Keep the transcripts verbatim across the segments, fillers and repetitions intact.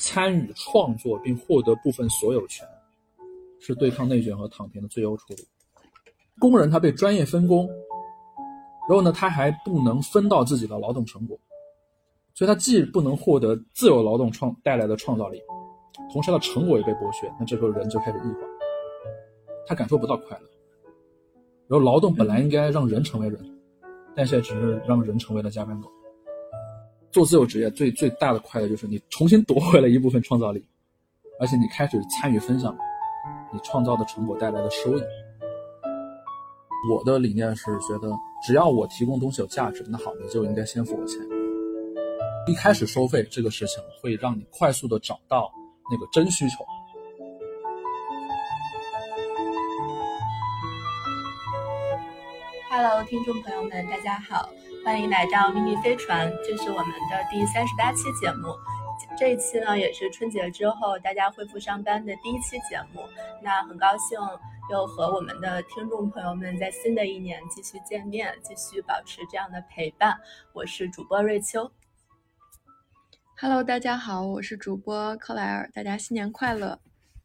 参与创作并获得部分所有权，是对抗内卷和躺平的最优出路。工人他被专业分工，然后呢他还不能分到自己的劳动成果，所以他既不能获得自由劳动创带来的创造力，同时他的成果也被剥削，那这个人就开始异化，他感受不到快乐。然后劳动本来应该让人成为人，但现在只是让人成为了加班狗。做自由职业最最大的快乐就是你重新夺回了一部分创造力，而且你开始参与分享你创造的成果带来的收益。我的理念是觉得只要我提供东西有价值，那好，你就应该先付我钱。一开始收费这个事情会让你快速的找到那个真需求。 Hello， 听众朋友们，大家好，欢迎来到秘密飞船，这是我们的第三十八期节目。这一期呢，也是春节之后大家恢复上班的第一期节目。那很高兴又和我们的听众朋友们在新的一年继续见面，继续保持这样的陪伴。我是主播瑞秋。 Hello， 大家好，我是主播克莱尔，大家新年快乐。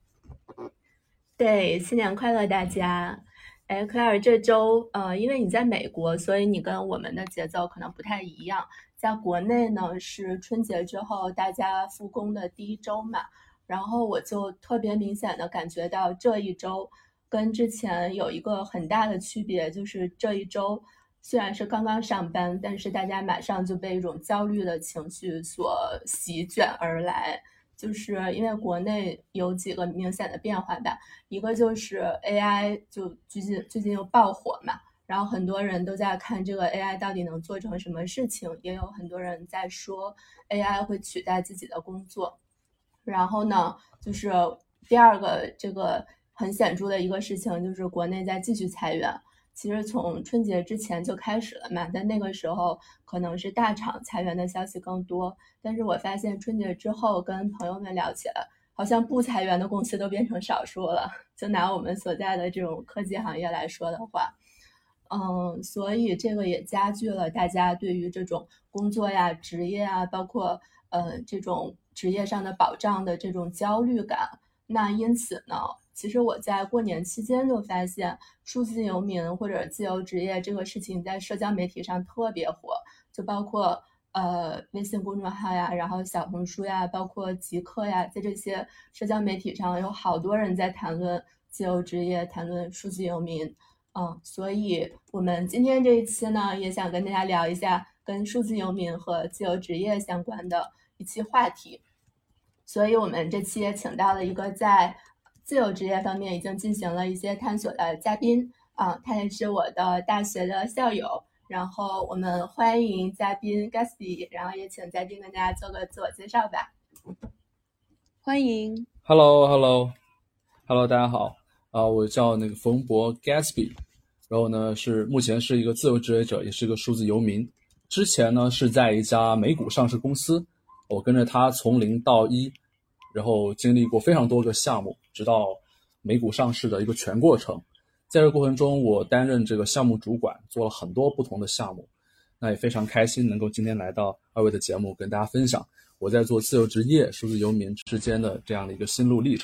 对，新年快乐大家。哎，克莱尔，这周呃，因为你在美国，所以你跟我们的节奏可能不太一样。在国内呢，是春节之后大家复工的第一周嘛，然后我就特别明显的感觉到这一周跟之前有一个很大的区别，就是这一周虽然是刚刚上班，但是大家马上就被一种焦虑的情绪所席卷而来。就是因为国内有几个明显的变化吧，一个就是 A I 就最近最近又爆火嘛，然后很多人都在看这个 A I 到底能做成什么事情，也有很多人在说 A I 会取代自己的工作。然后呢，就是第二个这个很显著的一个事情，就是国内在继续裁员。其实从春节之前就开始了嘛，但那个时候可能是大厂裁员的消息更多，但是我发现春节之后跟朋友们聊起来，好像不裁员的公司都变成少数了。就拿我们所在的这种科技行业来说的话，嗯，所以这个也加剧了大家对于这种工作呀、职业啊，包括呃这种职业上的保障的这种焦虑感。那因此呢，其实我在过年期间就发现数字游民或者自由职业这个事情在社交媒体上特别火，就包括呃微信公众号呀，然后小红书呀，包括极客呀，在这些社交媒体上有好多人在谈论自由职业，谈论数字游民。嗯，所以我们今天这一期呢，也想跟大家聊一下跟数字游民和自由职业相关的一期话题。所以我们这期也请到了一个在自由职业方面已经进行了一些探索的嘉宾啊，他也是我的大学的校友。然后我们欢迎嘉宾 Gatsby， 然后也请嘉宾跟大家做个自我介绍吧。 欢迎。 Hello Hello Hello， 大家好啊、呃，我叫那个冯博 Gatsby， 然后呢是目前是一个自由职业者，也是一个数字游民。之前呢是在一家美股上市公司，我跟着他从零到一，然后经历过非常多个项目，直到美股上市的一个全过程。在这个过程中，我担任这个项目主管，做了很多不同的项目。那也非常开心能够今天来到二位的节目，跟大家分享我在做自由职业、数字游民之间的这样的一个心路历程。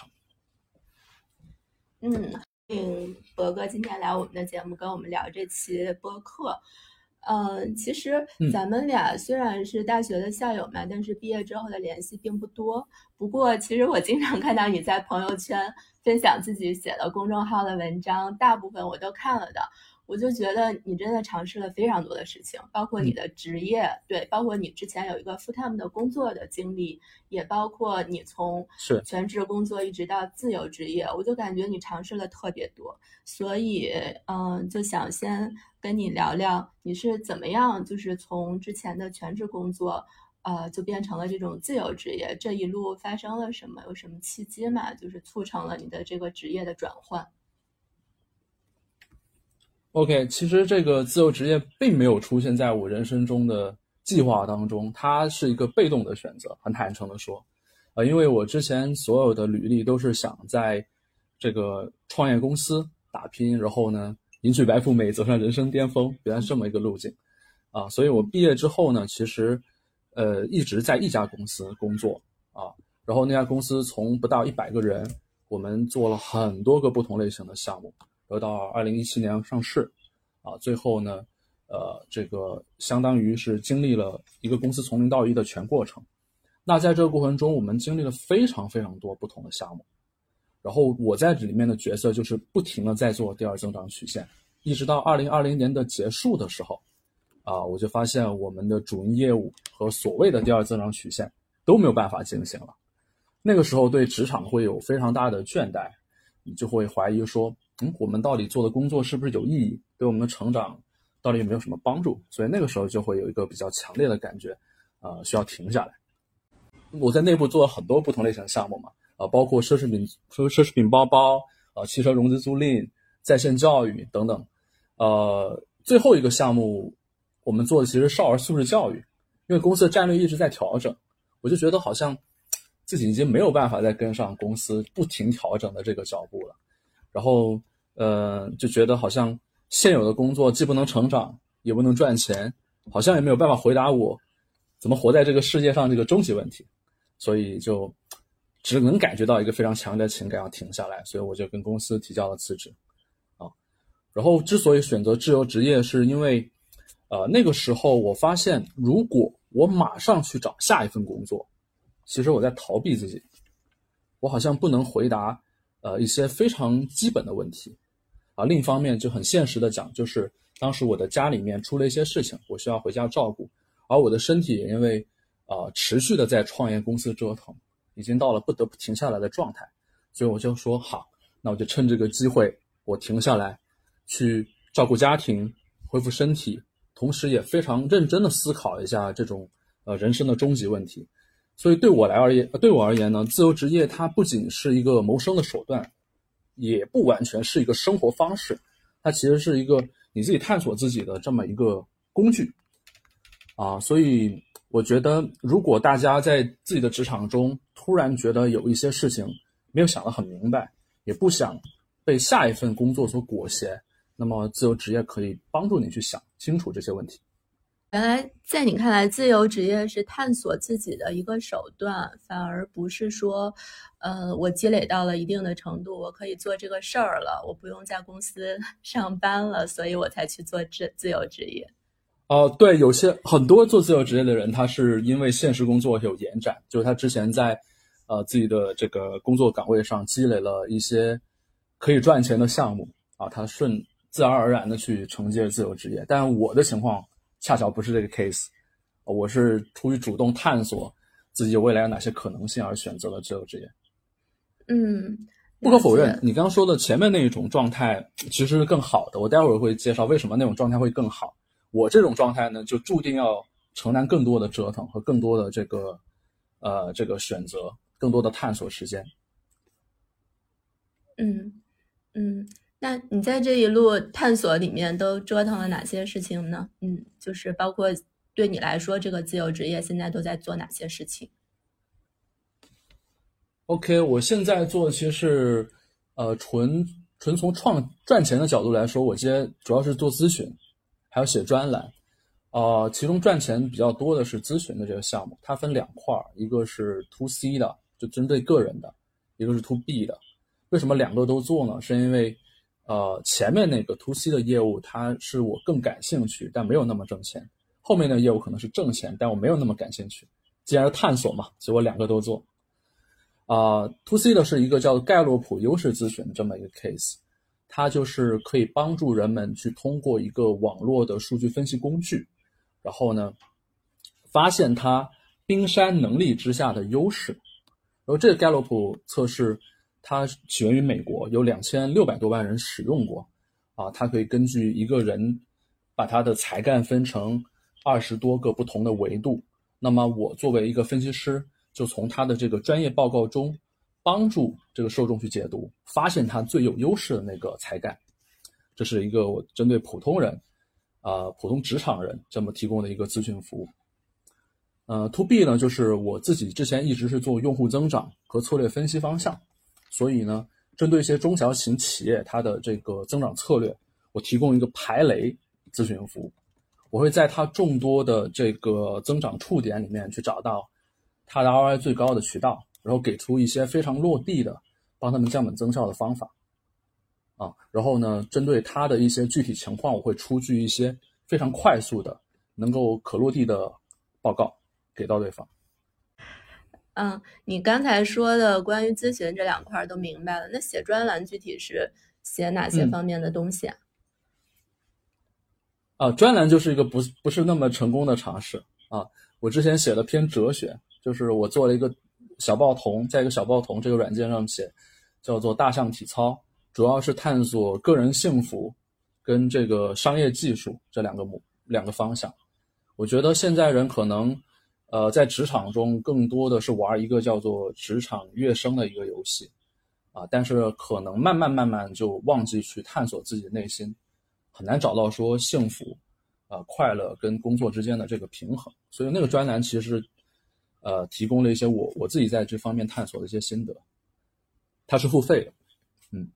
嗯，欢迎博哥今天来我们的节目，跟我们聊这期播客。嗯，其实咱们俩虽然是大学的校友嘛，嗯、但是毕业之后的联系并不多。不过，其实我经常看到你在朋友圈分享自己写的公众号的文章，大部分我都看了的。我就觉得你真的尝试了非常多的事情，包括你的职业，嗯、对，包括你之前有一个 full time 的工作的经历，也包括你从全职工作一直到自由职业，我就感觉你尝试了特别多。所以，嗯，就想先跟你聊聊你是怎么样，就是从之前的全职工作，呃，就变成了这种自由职业，这一路发生了什么？有什么契机嘛？就是促成了你的这个职业的转换。 OK， 其实这个自由职业并没有出现在我人生中的计划当中，它是一个被动的选择，很坦诚的说，呃，因为我之前所有的履历都是想在这个创业公司打拼，然后呢迎娶白富美，走上人生巅峰，原来是这么一个路径啊、呃，所以我毕业之后呢，其实呃一直在一家公司工作啊， 然后那家公司从不到一百个人，我们做了很多个不同类型的项目，然后到二零一七年上市，啊，最后呢，呃，这个相当于是经历了一个公司从零到一的全过程。那在这个过程中，我们经历了非常非常多不同的项目，然后我在这里面的角色就是不停的在做第二增长曲线，一直到二零二零年的结束的时候，啊，我就发现我们的主营业务和所谓的第二增长曲线都没有办法进行了。那个时候对职场会有非常大的倦怠，你就会怀疑说，嗯，我们到底做的工作是不是有意义，对我们的成长到底有没有什么帮助？所以那个时候就会有一个比较强烈的感觉，呃，需要停下来。我在内部做了很多不同类型的项目嘛，呃，包括奢侈品、奢奢侈品包包，呃，汽车融资租赁、在线教育等等。呃，最后一个项目我们做的其实少儿素质教育，因为公司的战略一直在调整，我就觉得好像自己已经没有办法再跟上公司不停调整的这个脚步了。然后呃，就觉得好像现有的工作既不能成长，也不能赚钱，好像也没有办法回答我怎么活在这个世界上这个终极问题，所以就只能感觉到一个非常强烈的情感要停下来，所以我就跟公司提交了辞职啊。然后之所以选择自由职业，是因为呃那个时候我发现，如果我马上去找下一份工作，其实我在逃避自己，我好像不能回答呃一些非常基本的问题啊。另一方面就很现实的讲，就是当时我的家里面出了一些事情，我需要回家照顾，而我的身体也因为呃持续的在创业公司折腾，已经到了不得不停下来的状态，所以我就说好，那我就趁这个机会我停下来，去照顾家庭，恢复身体，同时也非常认真的思考一下这种呃人生的终极问题。所以对我来而言，对我而言呢，自由职业它不仅是一个谋生的手段，也不完全是一个生活方式，它其实是一个你自己探索自己的这么一个工具啊。所以我觉得，如果大家在自己的职场中突然觉得有一些事情没有想得很明白，也不想被下一份工作所裹挟，那么自由职业可以帮助你去想清楚这些问题。 原来在你看来，自由职业是探索自己的一个手段，反而不是说呃，我积累到了一定的程度，我可以做这个事儿了，我不用在公司上班了，所以我才去做自自由职业。 哦、呃，对，有些很多做自由职业的人，他是因为现实工作有延展，就是他之前在呃自己的这个工作岗位上积累了一些可以赚钱的项目啊，他顺自然而然的去承接自由职业。但我的情况恰巧不是这个 case， 我是出于主动探索自己未来有哪些可能性而选择了自由职业。 嗯， 不可否认，你刚刚说的前面那一种状态其实是更好的，我待会儿会介绍为什么那种状态会更好。我这种状态呢，就注定要承担更多的折腾和更多的这个呃这个选择，更多的探索时间。 嗯嗯，那你在这一路探索里面都折腾了哪些事情呢？嗯，就是包括对你来说，这个自由职业现在都在做哪些事情 ？OK， 我现在做的其实是呃纯纯从创赚钱的角度来说，我现在主要是做咨询。还有写专栏，呃，其中赚钱比较多的是咨询的这个项目，它分两块，一个是 to C 的，就针对个人的，一个是 to B 的。为什么两个都做呢？是因为呃前面那个 to C 的业务它是我更感兴趣，但没有那么挣钱，后面的业务可能是挣钱，但我没有那么感兴趣。既然是探索嘛，所以我两个都做。啊、呃、to C 的是一个叫盖洛普优势咨询这么一个 case。它就是可以帮助人们去通过一个网络的数据分析工具，然后呢，发现它冰山能力之下的优势。然后这个盖洛普测试，它起源于美国，有两千六百多万人使用过。啊，它可以根据一个人把他的才干分成二十多个不同的维度。那么我作为一个分析师，就从他的这个专业报告中，帮助这个受众去解读，发现他最有优势的那个才干。这是一个我针对普通人啊、呃、普通职场人这么提供的一个咨询服务。呃 to B 呢，就是我自己之前一直是做用户增长和策略分析方向，所以呢，针对一些中小型企业它的这个增长策略，我提供一个排雷咨询服务。我会在它众多的这个增长触点里面去找到它的 R O I 最高的渠道， 然后给出一些非常落地的帮他们降本增效的方法啊，然后呢，针对他的一些具体情况，我会出具一些非常快速的能够可落地的报告给到对方。 嗯，你刚才说的关于咨询这两块都明白了，那写专栏具体是写哪些方面的东西啊？ 嗯、啊，专栏就是一个不不是那么成功的尝试啊。我之前写的偏哲学，就是我做了一个小报童，在一个小报童这个软件上写，叫做大象体操，主要是探索个人幸福跟这个商业技术这两个目两个方向。我觉得现在人可能呃在职场中更多的是玩一个叫做职场跃升的一个游戏啊，但是可能慢慢慢慢就忘记去探索自己的内心，很难找到说幸福呃快乐跟工作之间的这个平衡。所以那个专栏其实呃提供了一些我我自己在这方面探索的一些心得，它是付费的。嗯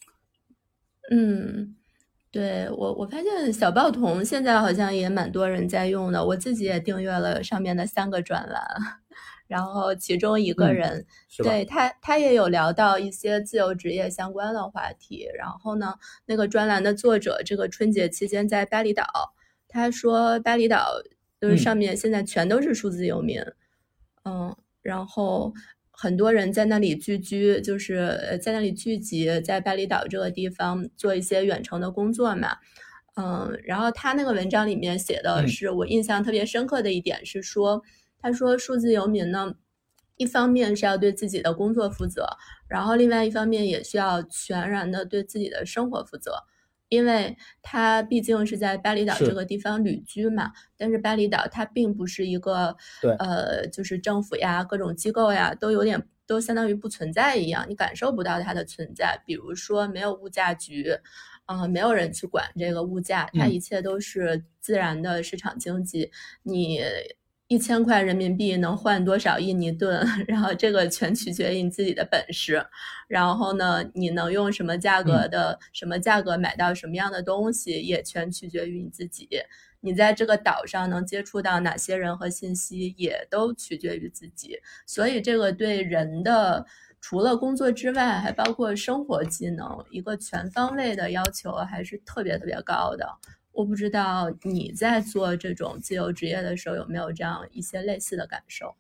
嗯，对，我我发现小报童现在好像也蛮多人在用的，我自己也订阅了上面的三个专栏，然后其中一个人、 嗯、是吧？ 对他他也有聊到一些自由职业相关的话题。然后呢，那个专栏的作者这个春节期间在巴厘岛，他说巴厘岛就是上面现在全都是数字游民，嗯, 嗯，然后很多人在那里聚居，就是在那里聚集，在巴厘岛这个地方做一些远程的工作嘛。嗯，然后他那个文章里面写的是我印象特别深刻的一点是说，他说数字游民呢，一方面是要对自己的工作负责，然后另外一方面也需要全然的对自己的生活负责。因为他毕竟是在巴厘岛这个地方旅居嘛，但是巴厘岛它并不是一个呃，就是政府呀各种机构呀都有点都相当于不存在一样，你感受不到它的存在。比如说没有物价局呃，没有人去管这个物价，它一切都是自然的市场经济、嗯、你一千块人民币能换多少印尼盾，然后这个全取决于你自己的本事。然后呢，你能用什么价格的、嗯、什么价格买到什么样的东西，也全取决于你自己。你在这个岛上能接触到哪些人和信息，也都取决于自己。所以这个对人的除了工作之外，还包括生活技能，一个全方位的要求还是特别特别高的。我不知道你在做这种自由职业的时候有没有这样一些类似的感受？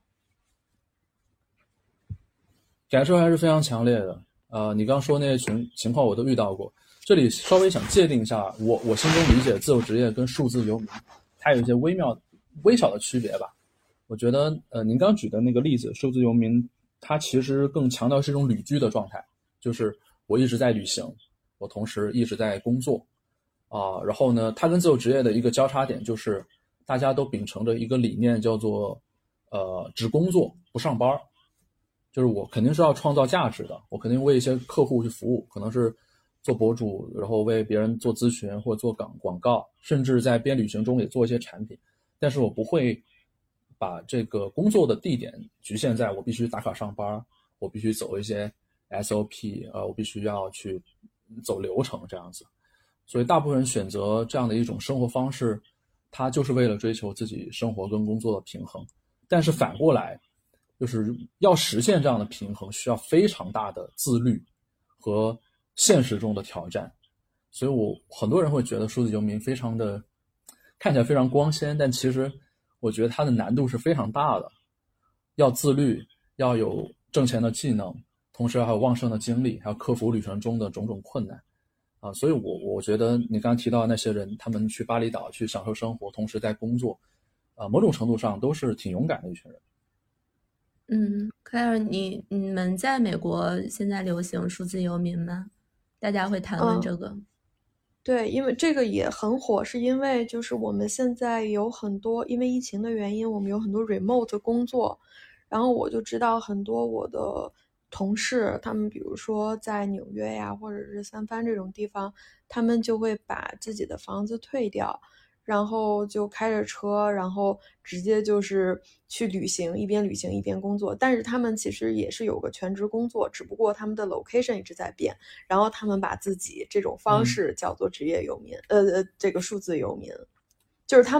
感受还是非常强烈的。呃，你刚说那些情情况我都遇到过。这里稍微想界定一下，我我心中理解自由职业跟数字游民，它有一些微妙、微小的区别吧。我觉得，呃，您刚举的那个例子，数字游民，它其实更强调是一种旅居的状态，就是我一直在旅行，我同时一直在工作。啊、呃，然后呢，它跟自由职业的一个交叉点就是，大家都秉承着一个理念，叫做呃只工作不上班，就是我肯定是要创造价值的，我肯定为一些客户去服务，可能是做博主，然后为别人做咨询或者做广广告，甚至在边旅行中也做一些产品，但是我不会把这个工作的地点局限在我必须打卡上班，我必须走一些 S O P， 呃，我必须要去走流程这样子。所以大部分人选择这样的一种生活方式，他就是为了追求自己生活跟工作的平衡。但是反过来，就是要实现这样的平衡，需要非常大的自律和现实中的挑战。所以我很多人会觉得数字游民非常的看起来非常光鲜，但其实我觉得它的难度是非常大的，要自律，要有挣钱的技能，同时还有旺盛的精力，还要克服旅程中的种种困难。啊，所以我我觉得你刚刚提到的那些人，他们去巴厘岛去享受生活，同时在工作，啊，某种程度上都是挺勇敢的一群人。 嗯，Claire，你你们在美国现在流行数字游民吗？大家会谈论这个？ 嗯，对，因为这个也很火，是因为就是我们现在有很多，因为疫情的原因，我们有很多 remote 工作，然后我就知道很多我的同事，他们比如说在纽约呀，或者是三藩这种地方，他们就会把自己的房子退掉，然后就开着车，然后直接就是去旅行，一边旅行一边工作。但是他们其实也是有个全职工作，只不过他们的 location 一直在变，然后他们把自己这种方式叫做职业游民，嗯、呃，这个数字游民，就是他们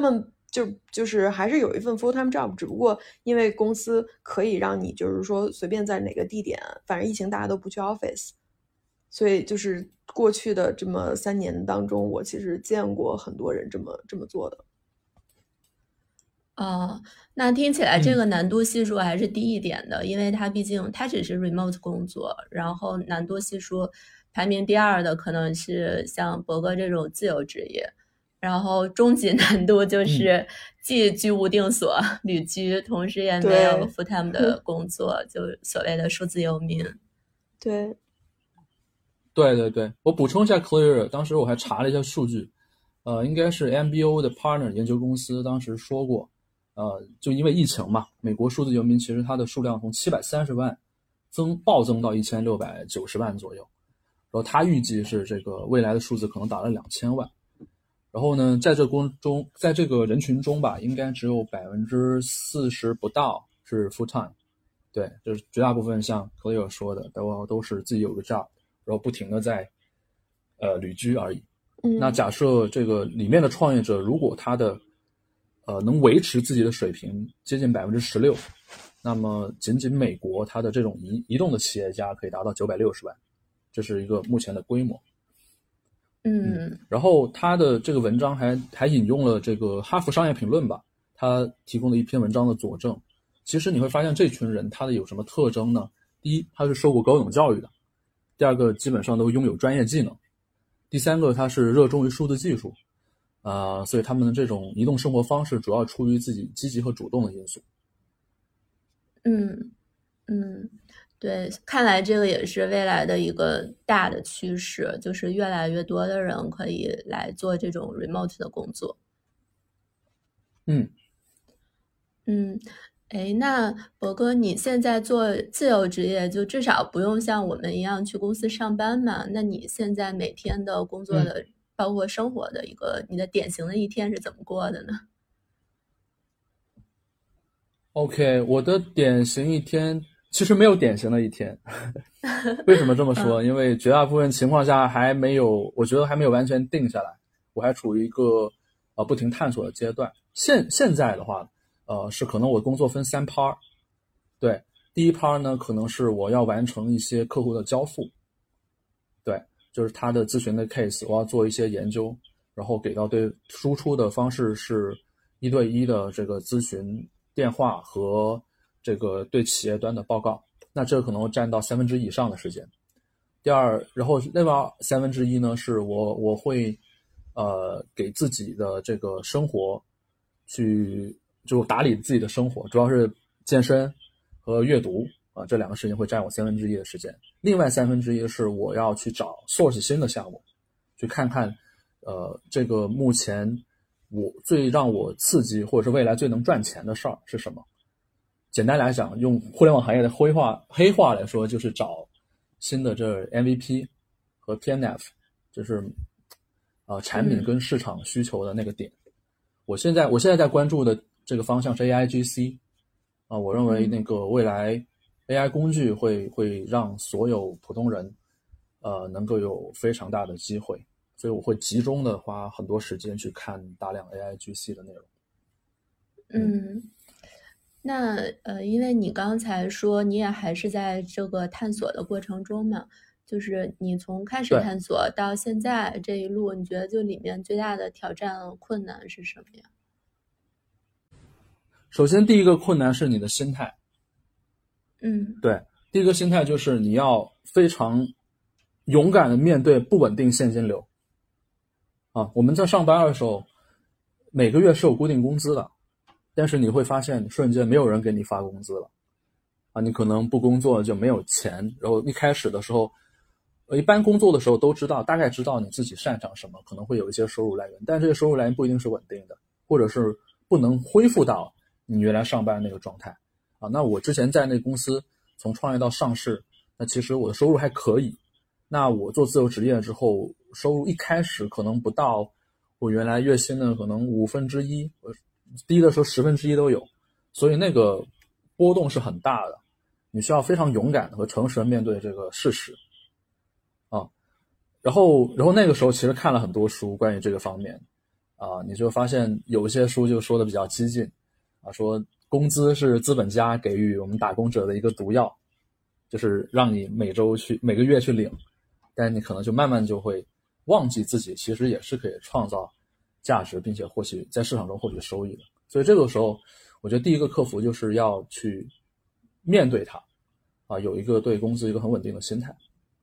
就就是还是有一份 full time job， 只不过因为公司可以让你就是说随便在哪个地点，反正疫情大家都不去 office， 所以就是过去的这么三年当中，我其实见过很多人这么这么做的。 哦，那听起来这个难度系数还是低一点的，嗯、因为它毕竟它只是 remote 工作，然后难度系数排名第二的可能是像博哥这种自由职业。然后中级难度就是既居无定所、嗯、旅居，同时也没有 full time 的工作，就所谓的数字游民。 对， 对对对，我补充一下 Clear， 当时我还查了一下数据，呃，应该是 M B O 的 partner 研究公司当时说过，呃，就因为疫情嘛，美国数字游民其实它的数量从七百三十万增暴增到一千六百九十万左右，然后他预计是这个未来的数字可能达到两千万。然后呢，在这公中，在这个人群中吧，应该只有百分之四十不到是 full time， 对，就是绝大部分像 Cleo 说的，都都是自己有个 job， 然后不停的在呃旅居而已。 嗯， 那假设这个里面的创业者，如果他的呃能维持自己的水平接近百分之十六，那么仅仅美国它的这种移移动的企业家可以达到九百六十万，这是一个目前的规模。 嗯， 然后他的这个文章还还引用了这个哈佛商业评论吧，他提供了一篇文章的佐证。其实你会发现这群人他的有什么特征呢？第一，他是受过高等教育的；第二个，基本上都拥有专业技能；第三个，他是热衷于数字技术，啊、呃，所以他们的这种移动生活方式主要出于自己积极和主动的因素。 嗯嗯。对，看来这个也是未来的一个大的趋势，就是越来越多的人可以来做这种 remote 的工作。 嗯嗯，哎，那博哥，你现在做自由职业，就至少不用像我们一样去公司上班嘛？那你现在每天的工作的，嗯、包括生活的一个，你的典型的一天是怎么过的呢 ？OK， 我的典型一天。其实没有典型的一天，为什么这么说？因为绝大部分情况下还没有，我觉得还没有完全定下来，我还处于一个呃不停探索的阶段。现现在的话，呃是可能我工作分三 part， 对，第一 part 呢可能是我要完成一些客户的交付，对，就是他的咨询的 case， 我要做一些研究，然后给到对输出的方式是一对一的这个咨询电话和这个对企业端的报告，那这个可能会占到三分之一以上的时间。第二，然后另外三分之一呢，是我我会呃给自己的这个生活去就打理自己的生活，主要是健身和阅读啊、呃，这两个事情会占我三分之一的时间。另外三分之一是我要去找 source 新的项目，去看看呃这个目前我最让我刺激或者是未来最能赚钱的事儿是什么。简单来讲，用互联网行业的灰话黑话来说，就是找新的这 M V P 和 P N F， 就是呃产品跟市场需求的那个点。嗯、我现在我现在在关注的这个方向是 A I G C 啊、呃，我认为那个未来 A I 工具会会让所有普通人呃能够有非常大的机会，所以我会集中的花很多时间去看大量 A I G C 的内容。 嗯。嗯那呃，因为你刚才说你也还是在这个探索的过程中嘛，就是你从开始探索到现在这一路，你觉得就里面最大的挑战困难是什么呀？ 首先，第一个困难是你的心态。 嗯， 对，第一个心态就是你要非常勇敢的面对不稳定现金流。啊，我们在上班的时候，每个月是有固定工资的。但是你会发现瞬间没有人给你发工资了啊！你可能不工作就没有钱，然后一开始的时候一般工作的时候都知道大概知道你自己擅长什么，可能会有一些收入来源，但这些收入来源不一定是稳定的，或者是不能恢复到你原来上班那个状态啊。那我之前在那公司从创业到上市，那其实我的收入还可以，那我做自由职业之后收入一开始可能不到我原来月薪的可能五分之一，低的时候十分之一都有，所以那个波动是很大的，你需要非常勇敢和诚实的面对这个事实啊。然后然后那个时候其实看了很多书关于这个方面啊，你就发现有一些书就说的比较激进啊，说工资是资本家给予我们打工者的一个毒药，就是让你每周去每个月去领，但是你可能就慢慢就会忘记自己其实也是可以创造价值，并且获取在市场中获取收益的。所以这个时候我觉得第一个克服就是要去面对它啊，有一个对工资一个很稳定的心态。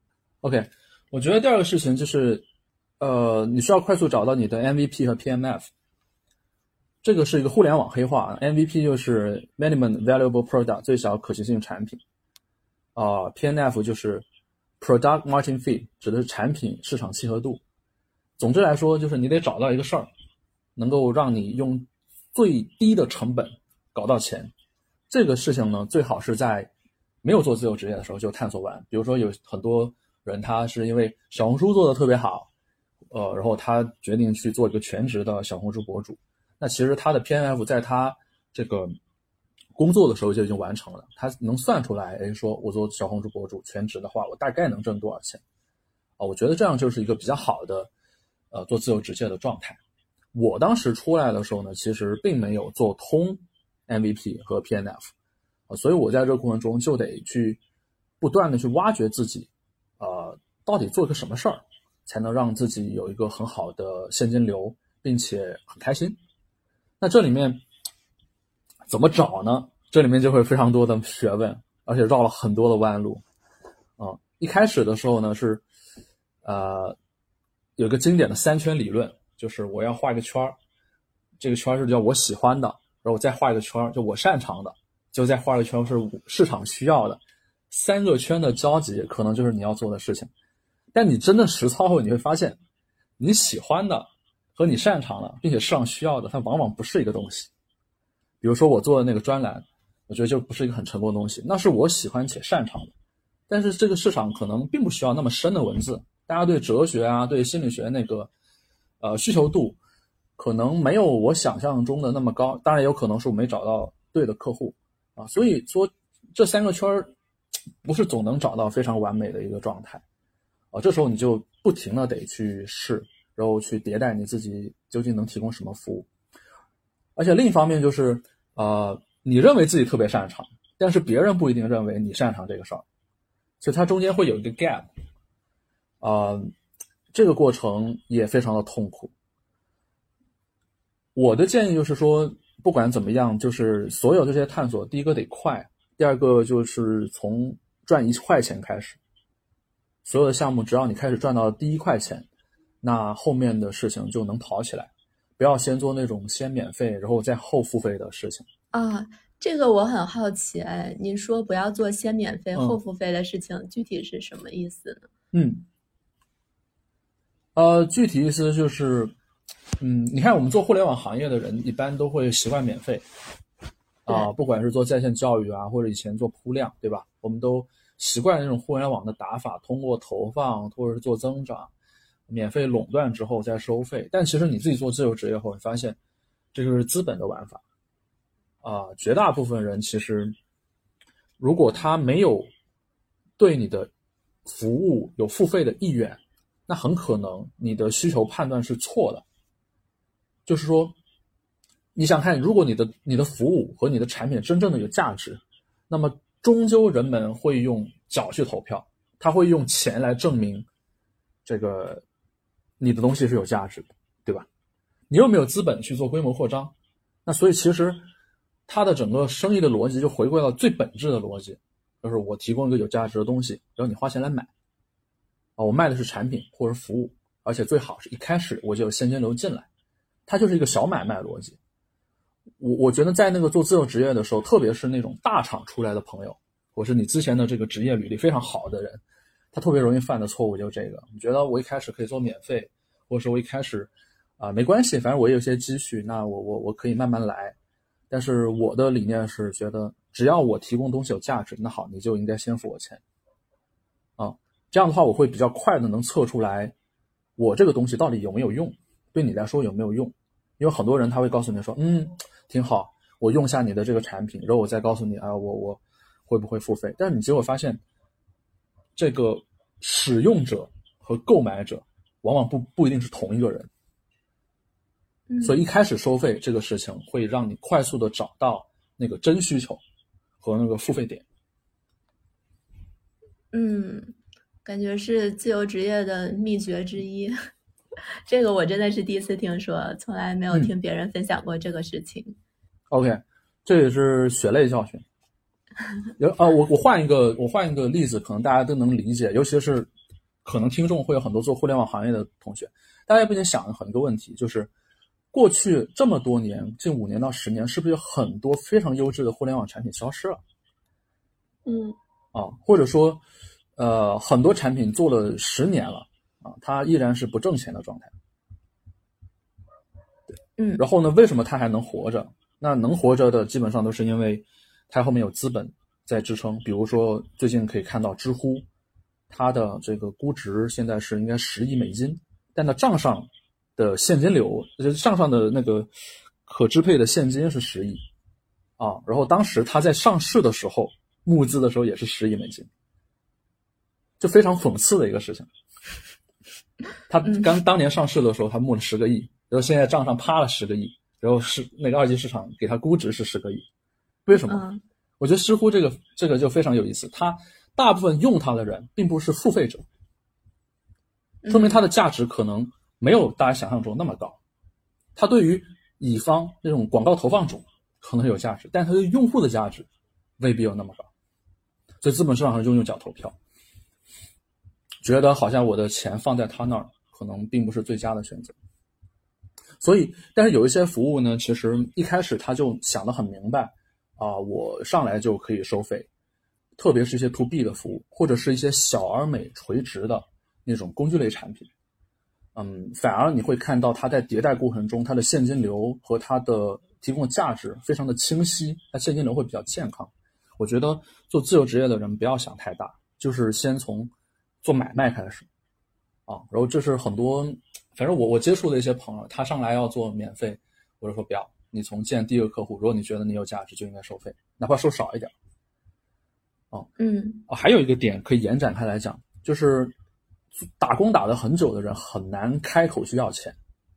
OK， 我觉得第二个事情就是呃，你需要快速找到你的 M V P 和 P M F。 这个是一个互联网黑话， M V P 就是 Minimum Valuable Product 最小可行性产品啊、呃、P M F 就是 Product Margin Fit 指的是产品市场契合度。总之来说就是你得找到一个事儿能够让你用最低的成本搞到钱。这个事情呢最好是在没有做自由职业的时候就探索完。比如说有很多人他是因为小红书做的特别好，呃，然后他决定去做一个全职的小红书博主，那其实他的 P M F 在他这个工作的时候就已经完成了，他能算出来，哎，说我做小红书博主全职的话我大概能挣多少钱啊？我觉得这样就是一个比较好的呃做自由职业的状态。我当时出来的时候呢其实并没有做通 M V P 和 P M F 啊，所以我在这个过程中就得去不断的去挖掘自己呃到底做一个什么事儿才能让自己有一个很好的现金流并且很开心。那这里面怎么找呢？这里面就会非常多的学问，而且绕了很多的弯路啊、呃。一开始的时候呢是呃有一个经典的三圈理论，就是我要画一个圈，这个圈是叫我喜欢的，然后我再画一个圈就我擅长的，就再画一个圈是市场需要的，三个圈的交集可能就是你要做的事情。但你真的实操后你会发现你喜欢的和你擅长的并且市场需要的它往往不是一个东西。比如说我做的那个专栏我觉得就不是一个很成功的东西，那是我喜欢且擅长的，但是这个市场可能并不需要那么深的文字，大家对哲学啊对心理学那个呃需求度可能没有我想象中的那么高，当然有可能是我没找到对的客户啊，所以说这三个圈不是总能找到非常完美的一个状态啊，这时候你就不停的得去试，然后去迭代你自己究竟能提供什么服务。而且另一方面就是呃，你认为自己特别擅长，但是别人不一定认为你擅长这个事儿，所以它中间会有一个 gap 呃，这个过程也非常的痛苦。我的建议就是说不管怎么样，就是所有这些探索，第一个得快，第二个就是从赚一块钱开始，所有的项目只要你开始赚到第一块钱，那后面的事情就能跑起来，不要先做那种先免费然后再后付费的事情啊。这个我很好奇，哎，您说不要做先免费后付费的事情、嗯、具体是什么意思呢？ 嗯，呃，具体意思就是，嗯，你看我们做互联网行业的人一般都会习惯免费啊、呃，不管是做在线教育啊，或者以前做铺量，对吧？我们都习惯那种互联网的打法，通过投放或者是做增长，免费垄断之后再收费。但其实你自己做自由职业后，你发现这就是资本的玩法啊、呃，绝大部分人其实如果他没有对你的服务有付费的意愿，那很可能你的需求判断是错的。就是说你想看，如果你的你的服务和你的产品真正的有价值，那么终究人们会用脚去投票，他会用钱来证明这个你的东西是有价值的，对吧？你又没有资本去做规模扩张，那所以其实它的整个生意的逻辑就回归到最本质的逻辑，就是我提供一个有价值的东西，然后你花钱来买啊，我卖的是产品或者服务，而且最好是一开始我就有现金流进来，它就是一个小买卖逻辑。我我觉得在那个做自由职业的时候，特别是那种大厂出来的朋友，或是你之前的这个职业履历非常好的人，他特别容易犯的错误就是这个，你觉得我一开始可以做免费，或者说我一开始啊、呃、没关系，反正我有些积蓄，那我我我可以慢慢来。但是我的理念是觉得只要我提供东西有价值，那好，你就应该先付我钱啊，这样的话我会比较快的能测出来我这个东西到底有没有用，对你来说有没有用。因为很多人他会告诉你说嗯挺好，我用下你的这个产品，然后我再告诉你啊我我会不会付费，但是你结果发现这个使用者和购买者往往不不一定是同一个人。 嗯， 所以一开始收费这个事情会让你快速的找到那个真需求和那个付费点。 嗯，感觉是自由职业的秘诀之一。这个我真的是第一次听说，从来没有听别人分享过这个事情。 嗯、OK， 这也是血泪教训。有啊，我我换一个我换一个例子，可能大家都能理解，尤其是可能听众会有很多做互联网行业的同学，大家不禁想很多问题，就是过去这么多年，近五年到十年，是不是有很多非常优质的互联网产品消失了？ 嗯， 啊，或者说，呃，很多产品做了十年了啊，它依然是不挣钱的状态。 嗯， 然后呢，为什么它还能活着？那能活着的基本上都是因为它后面有资本在支撑。比如说最近可以看到知乎，它的这个估值现在是应该十亿美金，但它账上的现金流，就是账上的那个可支配的现金是十亿啊。然后当时它在上市的时候募资的时候也是十亿美金，就非常讽刺的一个事情。它刚当年上市的时候，它募了十个亿，然后现在账上趴了十个亿。然后是那个二级市场给它估值是十个亿，为什么？ 嗯、 我觉得知乎这个这个就非常有意思，它大部分用它的人并不是付费者，说明它的价值可能没有大家想象中那么高。它对于乙方那种广告投放主可能有价值，但它对用户的价值未必有那么高。所以资本市场上就用脚投票，觉得好像我的钱放在他那儿可能并不是最佳的选择。所以，但是有一些服务呢，其实一开始他就想得很明白啊、呃，我上来就可以收费，特别是一些 to B 的服务，或者是一些小而美垂直的那种工具类产品。嗯，反而你会看到它在迭代过程中，它的现金流和它的提供的价值非常的清晰，它现金流会比较健康。我觉得做自由职业的人不要想太大，就是先从做买卖开始啊。然后这是很多，反正我我接触的一些朋友，他上来要做免费，我就说不要，你从见第一个客户，如果你觉得你有价值，就应该收费，哪怕收少一点。啊， 嗯， 啊，还有一个点可以延展开来讲，就是打工打了很久的人很难开口去要钱。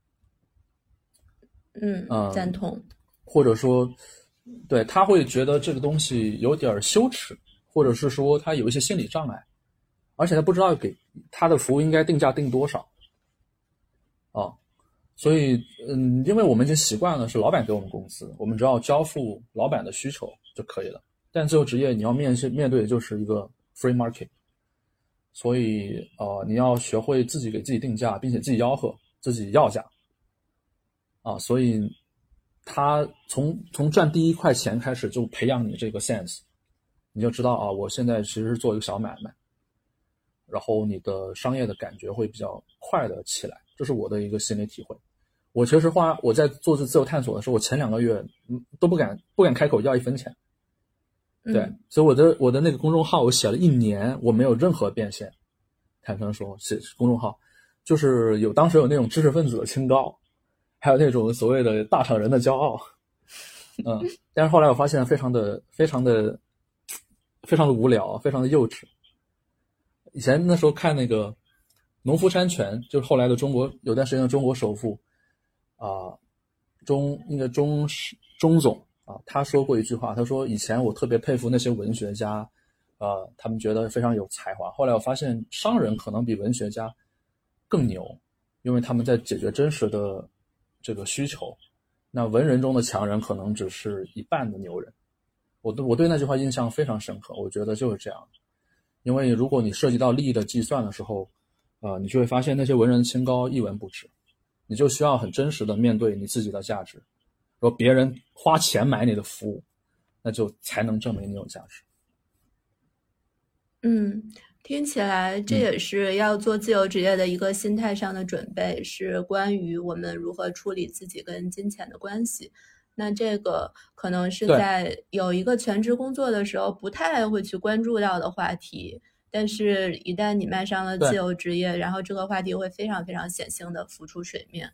嗯，赞同。 或者说，对，他会觉得这个东西有点羞耻，或者是说他有一些心理障碍，而且他不知道给他的服务应该定价定多少啊。所以，嗯，因为我们已经习惯了是老板给我们工资，我们只要交付老板的需求就可以了。但自由职业你要面面对的就是一个 free market， 所以呃，你要学会自己给自己定价，并且自己吆喝，自己要价啊。所以他从从赚第一块钱开始就培养你这个 sense， 你就知道啊，我现在其实是做一个小买卖，然后你的商业的感觉会比较快的起来，这是我的一个心理体会。我其实花我在做这自由探索的时候，我前两个月都不敢不敢开口要一分钱。对， 嗯、 所以我的我的那个公众号我写了一年，我没有任何变现。坦诚说，写公众号就是有当时有那种知识分子的清高，还有那种所谓的大厂人的骄傲。嗯，但是后来我发现非常的非常的非常的无聊，非常的幼稚。以前那时候看那个农夫山泉，就是后来的中国有段时间的中国首富啊、呃，钟应该钟钟总啊，他说过一句话，他说以前我特别佩服那些文学家，呃，他们觉得非常有才华。后来我发现商人可能比文学家更牛，因为他们在解决真实的这个需求。那文人中的强人可能只是一半的牛人。我对我对那句话印象非常深刻，我觉得就是这样。因为如果你涉及到利益的计算的时候，呃，你就会发现那些文人清高一文不值。你就需要很真实的面对你自己的价值，如果别人花钱买你的服务，那就才能证明你有价值。 嗯，听起来这也是要做自由职业的一个心态上的准备，嗯、是关于我们如何处理自己跟金钱的关系。那这个可能是在有一个全职工作的时候不太会去关注到的话题，但是一旦你迈上了自由职业，然后这个话题会非常非常显性的浮出水面。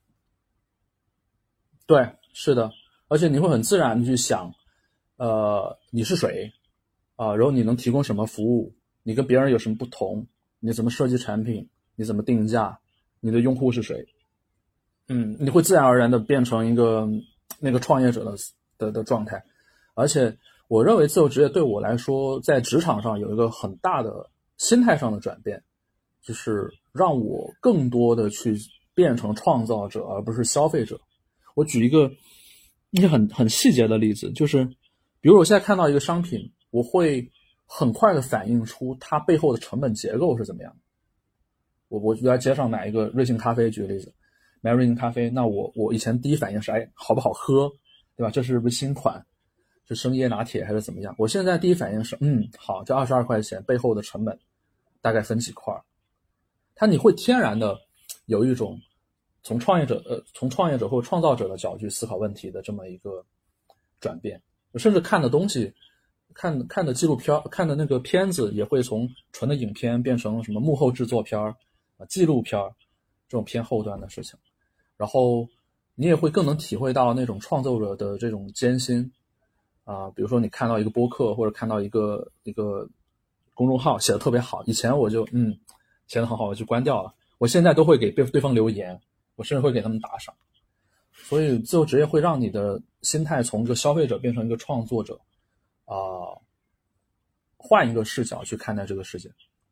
对，是的，而且你会很自然的去想，呃，你是谁啊、呃？然后你能提供什么服务？你跟别人有什么不同？你怎么设计产品？你怎么定价？你的用户是谁？ 嗯，你会自然而然的变成一个那个创业者的的的状态。而且我认为自由职业对我来说，在职场上有一个很大的心态上的转变，就是让我更多的去变成创造者，而不是消费者。我举一个一些很很细节的例子，就是比如我现在看到一个商品，我会很快的反映出它背后的成本结构是怎么样的。我我在街上买一个瑞幸咖啡，举个例子，买瑞幸咖啡，那我我以前第一反应是，哎，好不好喝，对吧？这是不是新款？是生椰拿铁还是怎么样？我现在第一反应是，嗯，好，这二十二块钱背后的成本大概分几块？它你会天然的有一种从创业者呃从创业者或创造者的角度去思考问题的这么一个转变，甚至看的东西。看看的纪录片，看的那个片子也会从纯的影片变成什么幕后制作片啊、纪录片这种偏后端的事情。然后你也会更能体会到那种创作者的这种艰辛啊、呃，比如说你看到一个播客或者看到一个一个公众号写的特别好，以前我就嗯写的很好，我就关掉了。我现在都会给对方留言，我甚至会给他们打赏。所以自由职业会让你的心态从一个消费者变成一个创作者。啊、呃，换一个视角去看待这个世界。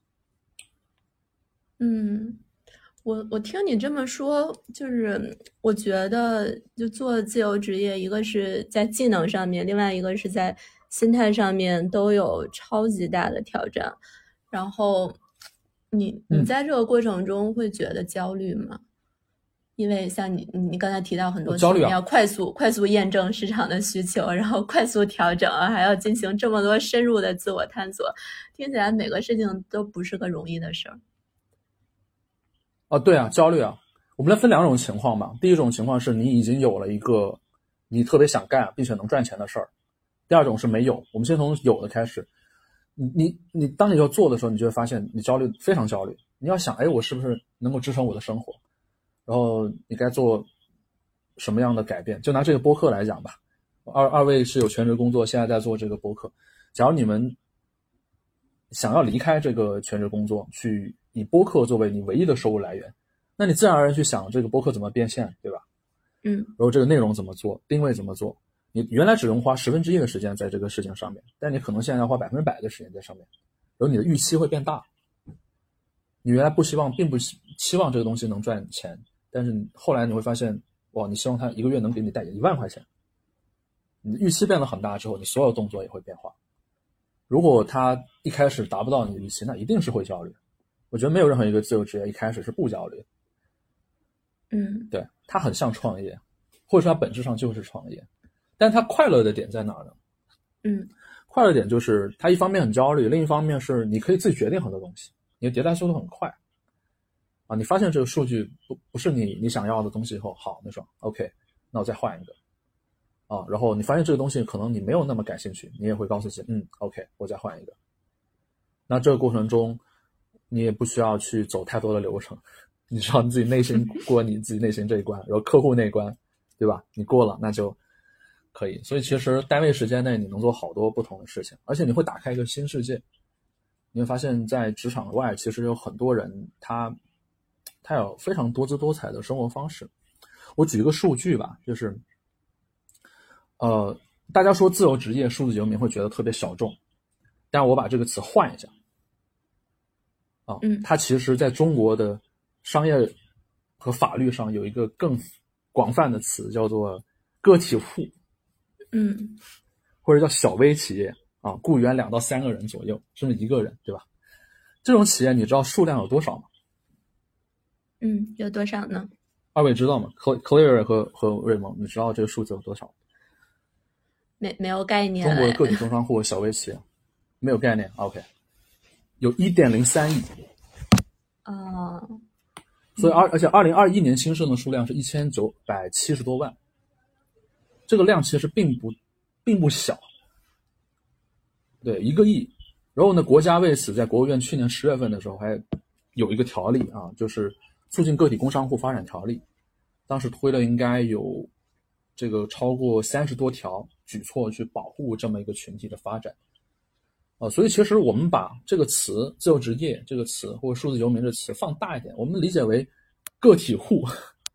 嗯，我我听你这么说，就是我觉得就做自由职业，一个是在技能上面，另外一个是在心态上面都有超级大的挑战。然后你你在这个过程中会觉得焦虑吗？嗯因为像你，你刚才提到很多焦虑啊， 你要快速快速验证市场的需求，然后快速调整，还要进行这么多深入的自我探索，听起来每个事情都不是个容易的事儿。 啊，对啊，焦虑啊。我们来分两种情况吧。第一种情况是你已经有了一个你特别想干并且能赚钱的事儿。第二种是没有。我们先从有的开始。你你你，当你要做的时候，你就会发现你焦虑，非常焦虑。你要想，哎，我是不是能够支撑我的生活？然后你该做什么样的改变？就拿这个播客来讲吧，二二位是有全职工作，现在在做这个播客。假如你们想要离开这个全职工作，去以播客作为你唯一的收入来源，那你自然而然去想这个播客怎么变现，对吧？ 嗯， 然后这个内容怎么做，定位怎么做？你原来只用花十分之一的时间在这个事情上面，但你可能现在要花百分之百的时间在上面，然后你的预期会变大。你原来不希望，并不期望这个东西能赚钱。但是后来你会发现，哇，你希望它一个月能给你带一万块钱，你的预期变得很大之后，你所有动作也会变化。如果它一开始达不到你的预期，那一定是会焦虑。我觉得没有任何一个自由职业一开始是不焦虑。 嗯， 对，它很像创业，或者说它本质上就是创业，但它快乐的点在哪呢？ 嗯， 快乐点就是它一方面很焦虑，另一方面是你可以自己决定很多东西，你的迭代速度很快。啊，你发现这个数据不不是你你想要的东西以后，好，那说 OK， 那我再换一个啊，然后你发现这个东西可能你没有那么感兴趣，你也会告诉自己，嗯 OK， 我再换一个。那这个过程中，你也不需要去走太多的流程，你知道你自己内心过你自己内心这一关，然后客户那一关，对吧？你过了那就可以。所以其实单位时间内你能做好多不同的事情，而且你会打开一个新世界。你会发现在职场外其实有很多人他他有非常多姿多彩的生活方式。我举一个数据吧，就是呃，大家说自由职业数字游民会觉得特别小众，但我把这个词换一下啊， 嗯， 它其实在中国的商业和法律上有一个更广泛的词，叫做个体户， 嗯， 或者叫小微企业啊，雇员两到三个人左右，甚至一个人，对吧？这种企业你知道数量有多少吗？ 嗯，有多少呢？ 二位知道吗 ？Clear 和和瑞蒙，你知道这个数字有多少？ 没没有概念。 中国的个体工商户、小微企业没有概念。OK， 有 一点零三亿。 哦， 所以二而且二零二一年新生的数量是一千九百七十多万，这个量其实并不并不小。对，一个亿。然后呢，国家为此在国务院去年十月份的时候还有一个条例啊，就是促进个体工商户发展条例，当时推了应该有这个超过三十多条举措去保护这么一个群体的发展。呃，所以其实我们把这个词自由职业这个词或者数字游民这个词放大一点，我们理解为个体户，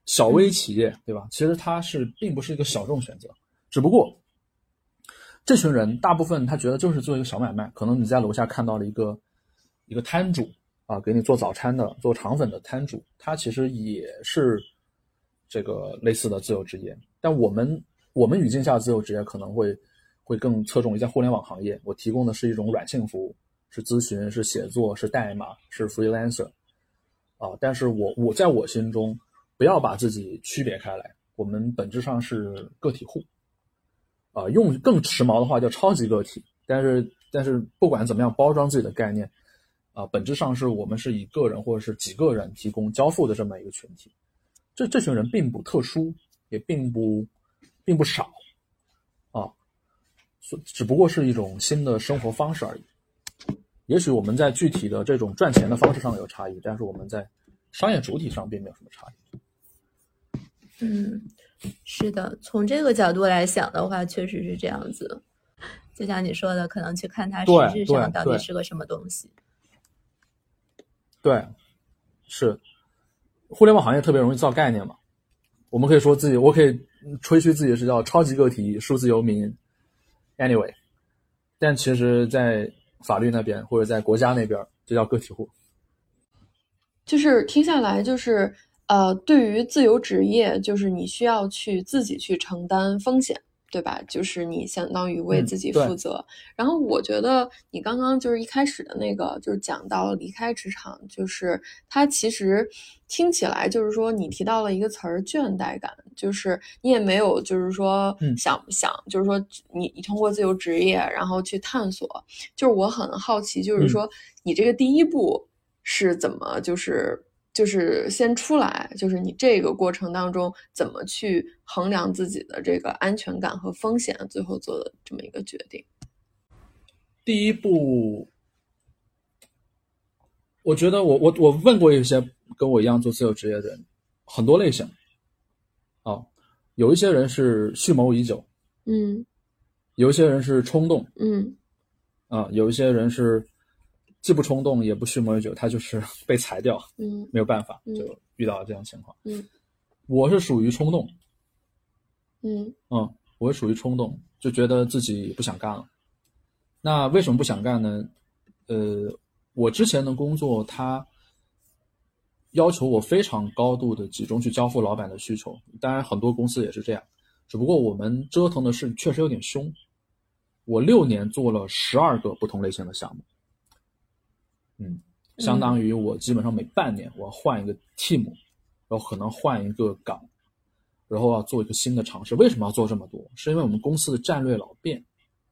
小微企业，对吧？其实它是并不是一个小众选择，只不过这群人大部分他觉得就是做一个小买卖，可能你在楼下看到了一个一个摊主啊，给你做早餐的、做肠粉的摊主，他其实也是这个类似的自由职业。但我们我们语境下的自由职业可能会会更侧重于在互联网行业，我提供的是一种软性服务，是咨询，是写作，是代码，是 freelancer 啊。但是我我在我心中不要把自己区别开来，我们本质上是个体户啊，用更时髦的话叫超级个体。但是但是不管怎么样包装自己的概念啊，本质上是我们是以个人或者是几个人提供交付的这么一个群体。这这群人并不特殊，也并不并不少啊，只不过是一种新的生活方式而已。也许我们在具体的这种赚钱的方式上有差异，但是我们在商业主体上并没有什么差异。 嗯，是的，从这个角度来想的话，确实是这样子。就像你说的，可能去看它实质上到底是个什么东西。 对，对对是互联网行业特别容易造概念嘛。我们可以说自己，我可以吹嘘自己是叫超级个体、数字游民 ，anyway， 但其实在法律那边或者在国家那边就叫个体户。 就是听下来就是呃，对于自由职业，就是你需要去自己去承担风险，对吧？就是你相当于为自己负责。 嗯、 然后我觉得你刚刚就是一开始的那个，就是讲到离开职场，就是它其实听起来就是说你提到了一个词儿倦怠感，就是你也没有就是说想不想，嗯、就是说你你通过自由职业然后去探索。就是我很好奇，就是说你这个第一步是怎么就是就是先出来，就是你这个过程当中怎么去衡量自己的这个安全感和风险，最后做的这么一个决定。 第一步，我觉得我我我问过一些跟我一样做自由职业的人，很多类型啊、哦，有一些人是蓄谋已久， 嗯， 有一些人是冲动， 嗯， 啊，有一些人是既不冲动也不蓄谋已久，他就是被裁掉， 嗯， 没有办法， 嗯、 就遇到这样情况。 嗯， 我是属于冲动， 嗯嗯，我是属于冲动，就觉得自己不想干了。那为什么不想干呢？呃，我之前的工作它要求我非常高度的集中去交付老板的需求，当然很多公司也是这样，只不过我们折腾的是确实有点凶。我六年做了十二个不同类型的项目，嗯，相当于我基本上每半年我要换一个 team， 然后可能换一个岗，然后要做一个新的尝试。为什么要做这么多？是因为我们公司的战略老变。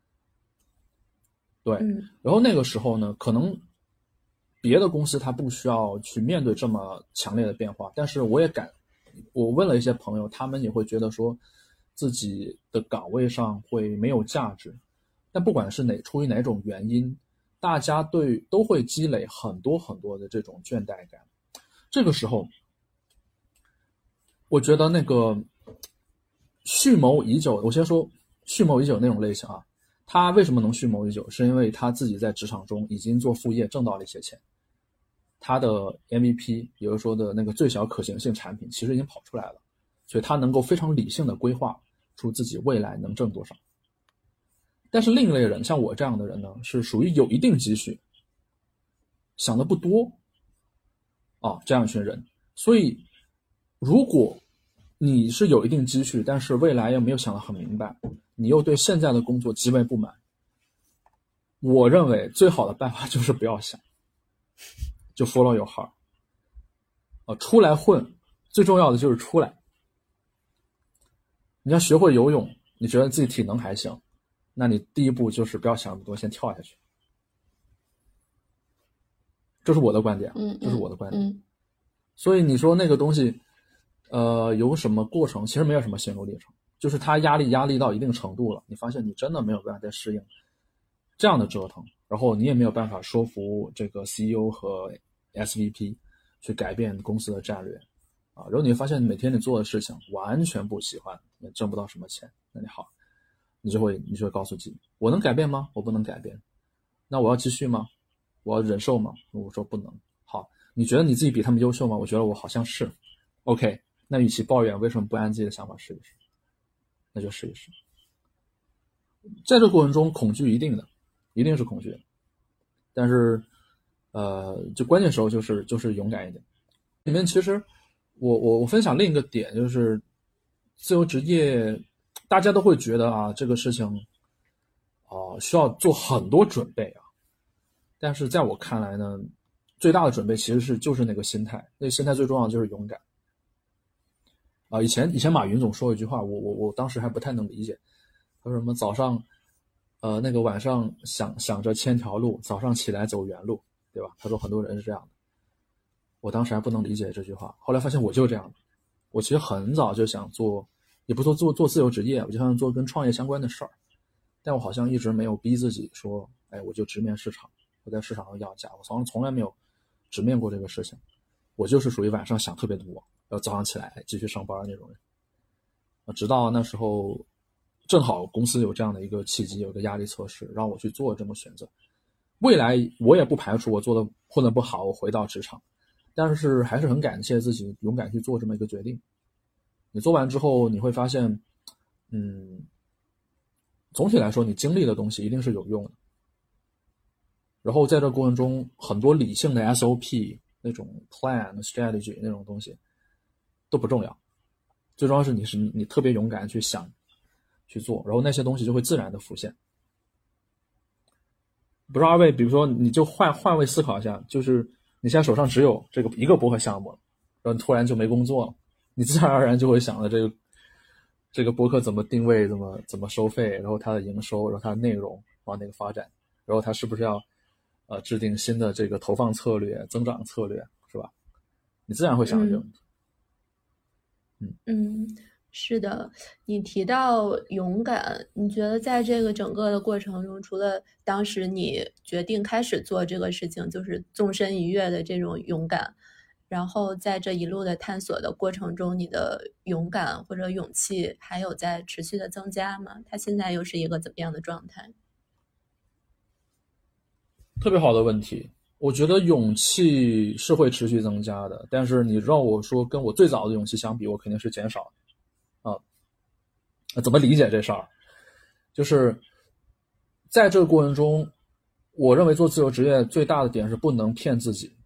对，然后那个时候呢，可能别的公司它不需要去面对这么强烈的变化，但是我也敢，我问了一些朋友，他们也会觉得说自己的岗位上会没有价值。但不管是哪出于哪种原因，大家对都会积累很多很多的这种倦怠感。这个时候，我觉得那个蓄谋已久，我先说蓄谋已久那种类型啊，他为什么能蓄谋已久？是因为他自己在职场中已经做副业挣到了一些钱，他的 M V P， 比如说的那个最小可行性产品，其实已经跑出来了，所以他能够非常理性的规划出自己未来能挣多少。但是另一类人，像我这样的人呢，是属于有一定积蓄，想的不多啊，这样一群人。所以，如果你是有一定积蓄，但是未来又没有想得很明白，你又对现在的工作极为不满，我认为最好的办法就是不要想，就 follow your heart 啊，出来混，最重要的就是出来。你要学会游泳，你觉得自己体能还行，那你第一步就是不要想那么多，先跳下去。这是我的观点， 嗯， 这是我的观点。 嗯， 所以你说那个东西，呃，有什么过程？其实没有什么心路历程，就是它压力压力到一定程度了，你发现你真的没有办法再适应这样的折腾，然后你也没有办法说服这个 C E O 和 S V P 去改变公司的战略啊，然后你会发现每天你做的事情完全不喜欢，也挣不到什么钱，那你好。你就会你就会告诉自己，我能改变吗？我不能改变。那我要继续吗？我要忍受吗？我说不能。好，你觉得你自己比他们优秀吗？我觉得我好像是。OK， 那与其抱怨为什么不按自己的想法试一试，那就试一试。在这个过程中恐惧一定的一定是恐惧的，但是呃，就关键时候就是就是勇敢一点。里面其实我我我分享另一个点，就是自由职业大家都会觉得啊这个事情啊、呃、需要做很多准备啊，但是在我看来呢，最大的准备其实是就是那个心态，那个心态最重要的就是勇敢啊、呃。以前以前马云总说一句话，我我我当时还不太能理解，他说什么早上呃那个晚上想想着千条路，早上起来走原路，对吧？他说很多人是这样的，我当时还不能理解这句话，后来发现我就是这样的。我其实很早就想做，也不说做做自由职业，我就想做跟创业相关的事儿，但我好像一直没有逼自己说，哎，我就直面市场，我在市场上要价，我从从来没有直面过这个事情。我就是属于晚上想特别多，然后早上起来继续上班那种人。直到那时候正好公司有这样的一个契机，有一个压力测试让我去做这么选择。未来我也不排除我做的混得不好我回到职场，但是还是很感谢自己勇敢去做这么一个决定。你做完之后你会发现嗯，总体来说你经历的东西一定是有用的，然后在这过程中很多理性的 S O P 那种 plan strategy 那种东西都不重要，最重要是你是你特别勇敢去想去做，然后那些东西就会自然的浮现。不知道二位比如说你就换换位思考一下，就是你现在手上只有这个一个播客项目了，然后你突然就没工作了，你自然而然就会想着这个这个播客怎么定位，怎么怎么收费，然后它的营收，然后它的内容往哪个发展，然后它是不是要呃制定新的这个投放策略增长策略，是吧？你自然会想这个问题。 嗯嗯，是的。你提到勇敢，你觉得在这个整个的过程中，除了当时你决定开始做这个事情就是纵身一跃的这种勇敢，然后在这一路的探索的过程中，你的勇敢或者勇气还有在持续的增加吗？它现在又是一个怎么样的状态？ 特别好的问题。我觉得勇气是会持续增加的，但是你让我说跟我最早的勇气相比，我肯定是减少啊。怎么理解这事儿？就是在这个过程中，我认为做自由职业最大的点是不能骗自己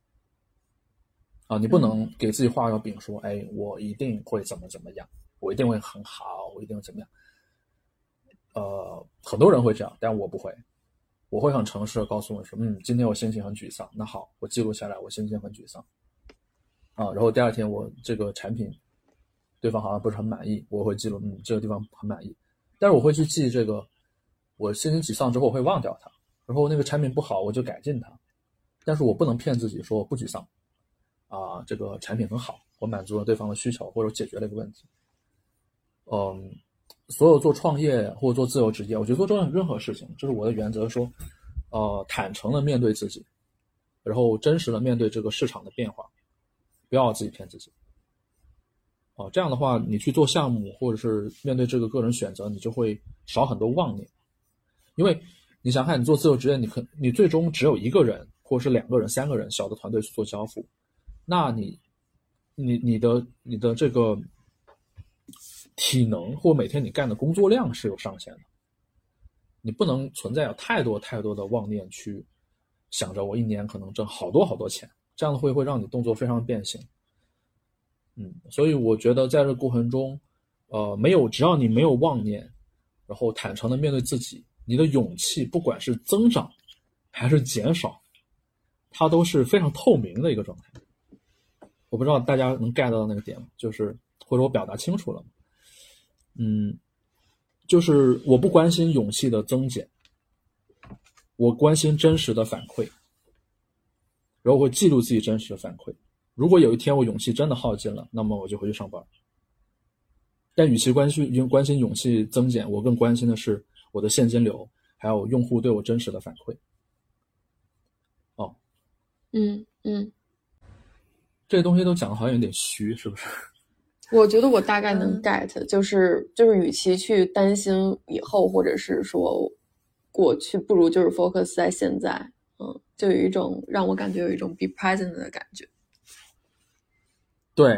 啊，你不能给自己画个饼说，哎，我一定会怎么怎么样，我一定会很好，我一定会怎么样。呃，很多人会这样，但我不会。我会很诚实的告诉我说，嗯，今天我心情很沮丧，那好，我记录下来我心情很沮丧啊，然后第二天我这个产品对方好像不是很满意，我会记录，嗯，这个地方很满意，但是我会去记这个我心情沮丧之后我会忘掉它，然后那个产品不好我就改进它，但是我不能骗自己说我不沮丧啊，这个产品很好，我满足了对方的需求或者解决了一个问题。嗯，所有做创业或者做自由职业，我觉得做这任何事情，这是我的原则，说呃，坦诚的面对自己，然后真实的面对这个市场的变化，不要自己骗自己哦、呃，这样的话你去做项目或者是面对这个个人选择，你就会少很多妄念。因为你想看你做自由职业，你可你最终只有一个人或者是两个人三个人小的团队去做交付，那你你你的你的这个体能或每天你干的工作量是有上限的，你不能存在有太多太多的妄念去想着我一年可能挣好多好多钱，这样的会会让你动作非常变形。嗯，所以我觉得在这个过程中，呃，没有只要你没有妄念，然后坦诚的面对自己，你的勇气不管是增长还是减少，它都是非常透明的一个状态。我不知道大家能 get 到那个点吗？就是或者我表达清楚了吗？嗯，就是我不关心勇气的增减，我关心真实的反馈，然后我会记录自己真实的反馈。如果有一天我勇气真的耗尽了，那么我就回去上班。但与其关心关心勇气增减，我更关心的是我的现金流，还有用户对我真实的反馈。哦， 嗯嗯， 这些东西都讲的好像有点虚，是不是？ 我觉得我大概能 get， 就是就是与其去担心以后，或者是说过去，不如就是 focus 在现在，嗯，就有一种让我感觉有一种 be present 的感觉。 对，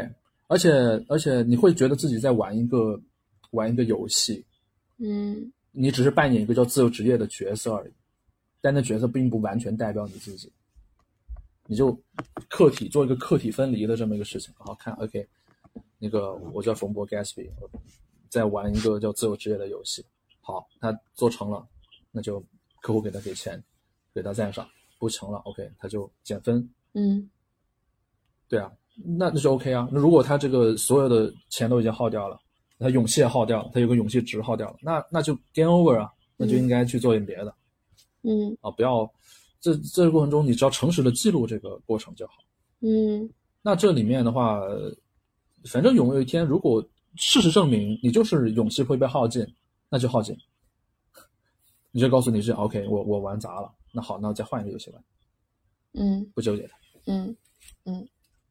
而且而且你会觉得自己在玩一个玩一个游戏， 嗯， 你只是扮演一个叫自由职业的角色而已，但那角色并不完全代表你自己，你就客体做一个客体分离的这么一个事情。好看 OK， 那个我叫冯博 Gatsby， 我在玩一个叫自由职业的游戏，好，他做成了，那就客户给他给钱，给他赞赏，不成了 OK 他就减分。 嗯， 对啊，那那就 OK 啊。那如果他这个所有的钱都已经耗掉了，他勇气也耗掉了，他有个勇气值耗掉了，那那就 game over 啊，那就应该去做点别的。 嗯啊，不要这这个过程中，你只要诚实的记录这个过程就好。 嗯， 那这里面的话，反正有有一天，如果事实证明你就是勇气会被耗尽，那就耗尽。你就告诉你是 OK， 我我玩砸了，那好，那我再换一个游戏玩。 嗯， 不纠结它。 嗯嗯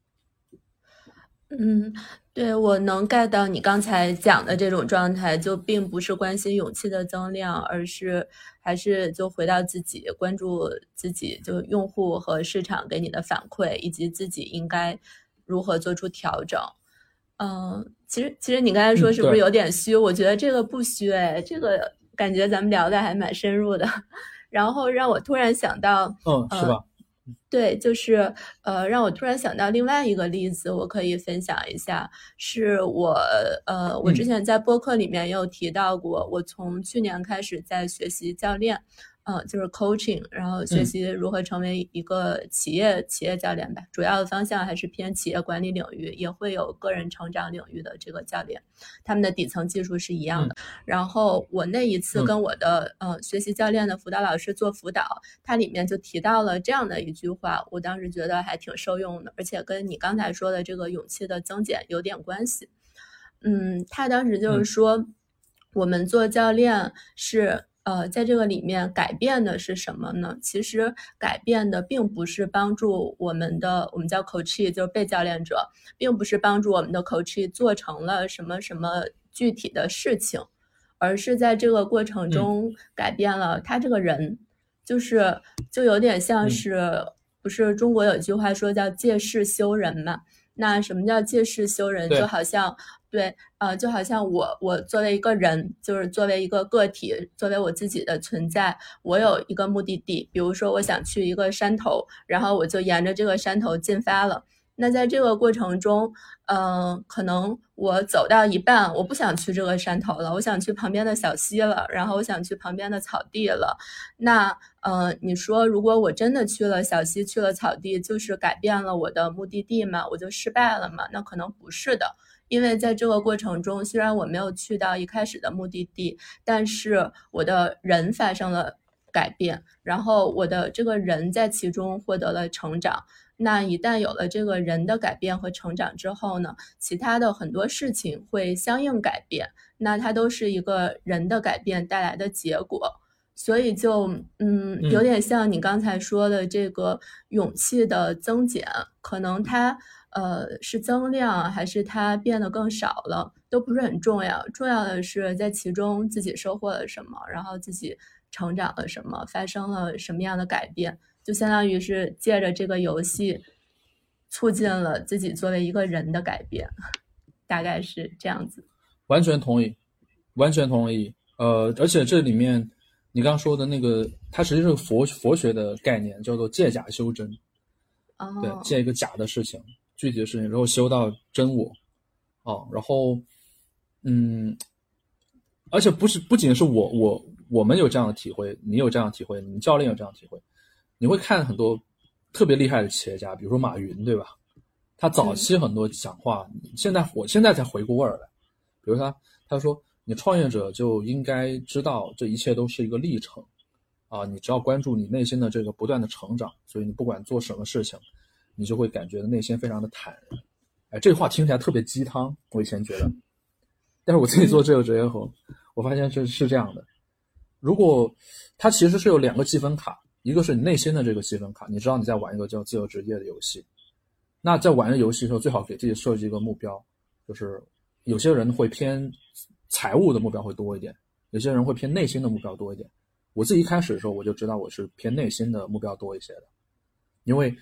嗯，对，我能 get 到你刚才讲的这种状态，就并不是关心勇气的增量，而是还是就回到自己，关注自己，就用户和市场给你的反馈，以及自己应该如何做出调整。嗯，其实其实你刚才说是不是有点虚？嗯、我觉得这个不虚，哎，这个感觉咱们聊的还蛮深入的。然后让我突然想到， 嗯，是吧？ 呃对，就是呃，让我突然想到另外一个例子，我可以分享一下，是我呃，我之前在播客里面有提到过，我从去年开始在学习教练，呃，就是 coaching， 然后学习如何成为一个企业、嗯、企业教练吧，主要的方向还是偏企业管理领域，也会有个人成长领域的这个教练，他们的底层技术是一样的。嗯、然后我那一次跟我的、嗯、呃学习教练的辅导老师做辅导，他里面就提到了这样的一句话，我当时觉得还挺受用的，而且跟你刚才说的这个勇气的增减有点关系。嗯，他当时就是说，嗯、我们做教练是呃，在这个里面改变的是什么呢？其实改变的并不是帮助我们的，我们叫 coachee， 就是被教练者，并不是帮助我们的 coachee 做成了什么什么具体的事情，而是在这个过程中改变了他这个人，嗯、就是就有点像是，嗯、不是中国有一句话说叫借势修人嘛？那什么叫借势修人？就好像对，呃，就好像我我作为一个人，就是作为一个个体，作为我自己的存在，我有一个目的地，比如说我想去一个山头，然后我就沿着这个山头进发了。那在这个过程中，嗯、呃，可能我走到一半，我不想去这个山头了，我想去旁边的小溪了，然后我想去旁边的草地了。那呃，你说如果我真的去了小溪，去了草地，就是改变了我的目的地吗？我就失败了吗？那可能不是的。因为在这个过程中，虽然我没有去到一开始的目的地，但是我的人发生了改变，然后我的这个人在其中获得了成长。那一旦有了这个人的改变和成长之后呢，其他的很多事情会相应改变，那它都是一个人的改变带来的结果。所以就嗯，有点像你刚才说的这个勇气的增减，可能它呃是增量还是它变得更少了，都不是很重要。重要的是在其中自己收获了什么，然后自己成长了什么，发生了什么样的改变，就相当于是借着这个游戏促进了自己作为一个人的改变，大概是这样子。 完全同意，完全同意。呃，而且这里面你刚刚说的那个，它实际是个佛佛学的概念，叫做借假修真。 哦， 对，借一个假的事情，具体的事情，然后修到真我。哦，然后，嗯，而且不是不仅是我我我们有这样的体会，你有这样的体会，你教练有这样的体会，你会看很多特别厉害的企业家，比如说马云，对吧？他早期很多讲话，嗯、现在我现在才回过味儿来。比如他他说，你创业者就应该知道，这一切都是一个历程啊！你只要关注你内心的这个不断的成长，所以你不管做什么事情，你就会感觉内心非常的坦然。哎，这话听起来特别鸡汤，我以前觉得，但是我自己做自由职业后，我发现是是这样的。如果它其实是有两个积分卡，一个是你内心的这个积分卡，你知道你在玩一个叫自由职业的游戏。那在玩游戏的时候，最好给自己设计一个目标，就是有些人会偏财务的目标会多一点，有些人会偏内心的目标多一点。我自己一开始的时候，我就知道我是偏内心的目标多一些的，因为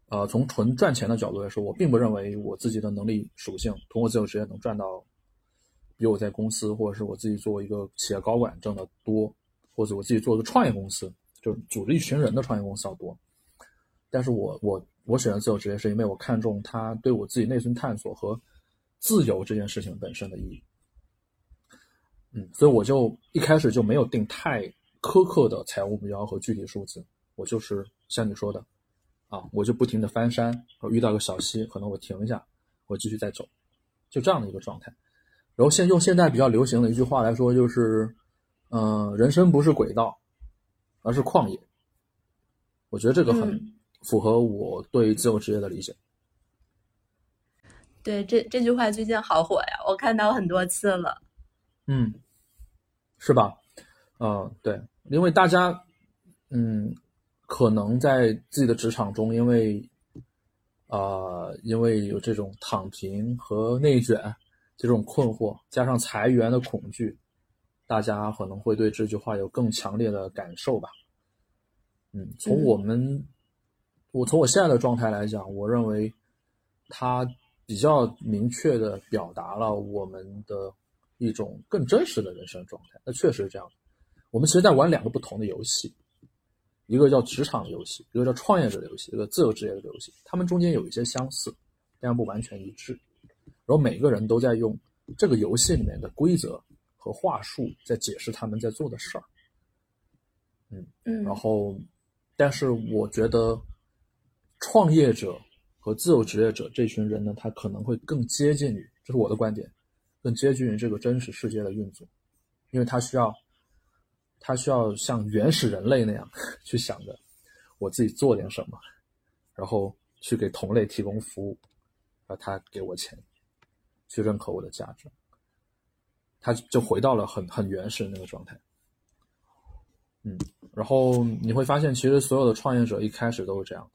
呃，从纯赚钱的角度来说，我并不认为我自己的能力属性通过自由职业能赚到比我在公司或者是我自己做一个企业高管挣得多，或者我自己做一个创业公司，就是组织一群人的创业公司要多。但是我我我选择自由职业是因为我看重它对我自己内心探索和自由这件事情本身的意义。嗯，所以我就一开始就没有定太苛刻的财务目标和具体数字，我就是像你说的啊，我就不停的翻山，然后遇到个小溪，可能我停一下，我继续再走，就这样的一个状态。然后现用现在比较流行的一句话来说，就是嗯、呃，人生不是轨道，而是旷野。我觉得这个很符合我对自由职业的理解。 嗯、对，这这句话最近好火呀，我看到很多次了。 嗯，是吧？嗯、呃，对，因为大家嗯。可能在自己的职场中，因为呃，因为有这种躺平和内卷这种困惑，加上裁员的恐惧，大家可能会对这句话有更强烈的感受吧。嗯，从我们，嗯、我从我现在的状态来讲，我认为它比较明确的表达了我们的一种更真实的人生状态。那确实是这样的。我们其实在玩两个不同的游戏。一个叫职场的游戏，一个叫创业者的游戏，一个自由职业的游戏，他们中间有一些相似，但不完全一致。然后每个人都在用这个游戏里面的规则和话术在解释他们在做的事儿。嗯嗯，然后，但是我觉得创业者和自由职业者这群人呢，他可能会更接近于，这是我的观点，更接近于这个真实世界的运作，因为他需要。他需要像原始人类那样去想着我自己做点什么，然后去给同类提供服务，然后他给我钱，去认可我的价值，他就回到了很很原始的那个状态。嗯，然后你会发现，其实所有的创业者一开始都是这样，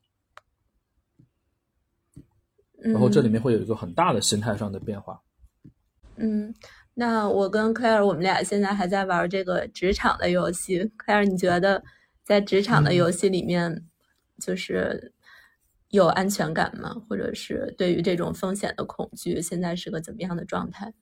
然后这里面会有一个很大的心态上的变化。 嗯。那我跟 Claire 我们俩现在还在玩这个职场的游戏。Claire 你觉得在职场的游戏里面就是有安全感吗？或者是对于这种风险的恐惧现在是个怎么样的状态？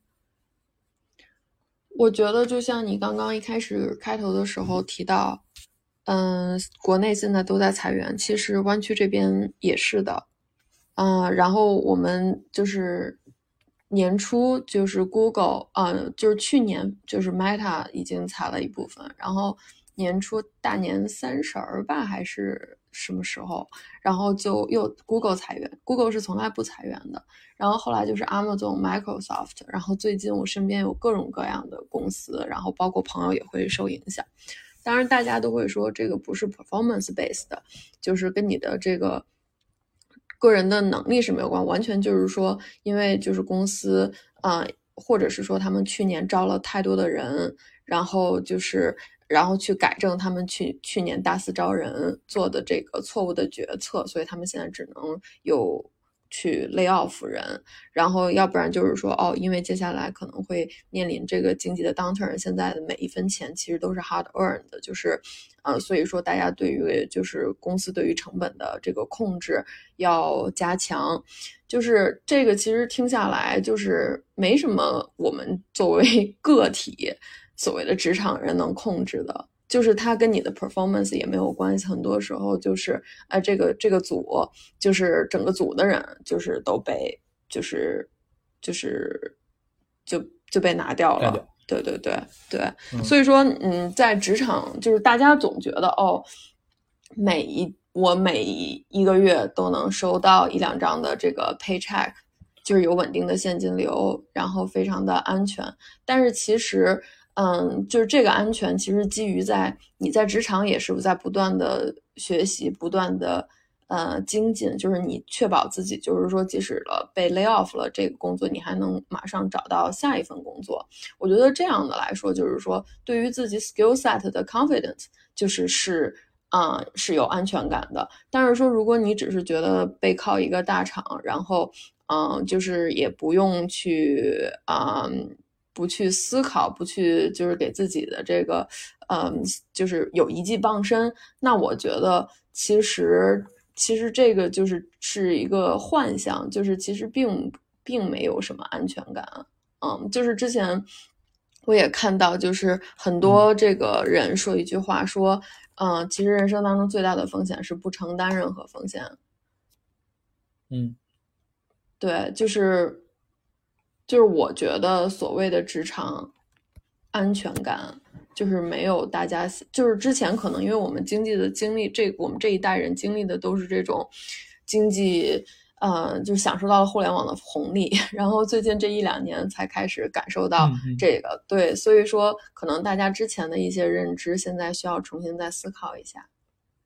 我觉得就像你刚刚一开始开头的时候提到，嗯，国内现在都在裁员，其实湾区这边也是的。嗯，然后我们就是年初就是 Google， 呃，就是去年就是 Meta 已经裁了一部分，然后年初大年三十儿吧还是什么时候，然后就又 Google 裁员 ，Google 是从来不裁员的，然后后来就是 Amazon、Microsoft， 然后最近我身边有各种各样的公司，然后包括朋友也会受影响。当然大家都会说这个不是 performance based 的，就是跟你的这个个人的能力是没有关，完全就是说，因为就是公司啊、呃，或者是说他们去年招了太多的人，然后就是然后去改正他们去去年大肆招人做的这个错误的决策，所以他们现在只能有去 lay off 人，然后要不然就是说哦，因为接下来可能会面临这个经济的 downturn， 现在的每一分钱其实都是 hard earned 的，就是呃，所以说大家对于就是公司对于成本的这个控制要加强，就是这个其实听下来就是没什么我们作为个体所谓的职场人能控制的。就是它跟你的 performance 也没有关系，很多时候就是哎、呃，这个这个组就是整个组的人就是都被就是就是就就被拿掉了，对对对对、嗯，所以说嗯，在职场就是大家总觉得哦，每一我每一个月都能收到一两张的这个 paycheck， 就是有稳定的现金流，然后非常的安全，但是其实。嗯，就是这个安全其实基于在你在职场也是在不断的学习，不断的呃精进，就是你确保自己就是说即使了被 lay off 了这个工作，你还能马上找到下一份工作。我觉得这样的来说，就是说对于自己 skill set 的 confidence 就是是啊、呃、是有安全感的。但是说如果你只是觉得背靠一个大厂，然后嗯、呃、就是也不用去啊。呃不去思考，不去就是给自己的这个，嗯，就是有一技傍身。那我觉得其实其实这个就是是一个幻象，就是其实并并没有什么安全感。嗯，就是之前我也看到，就是很多这个人说一句话说，嗯、呃，其实人生当中最大的风险是不承担任何风险。 嗯， 对，就是就是我觉得所谓的职场安全感，就是没有大家，就是之前可能因为我们经济的经历，这我们这一代人经历的都是这种经济，呃，就享受到了互联网的红利，然后最近这一两年才开始感受到这个， 嗯嗯对，所以说可能大家之前的一些认知，现在需要重新再思考一下。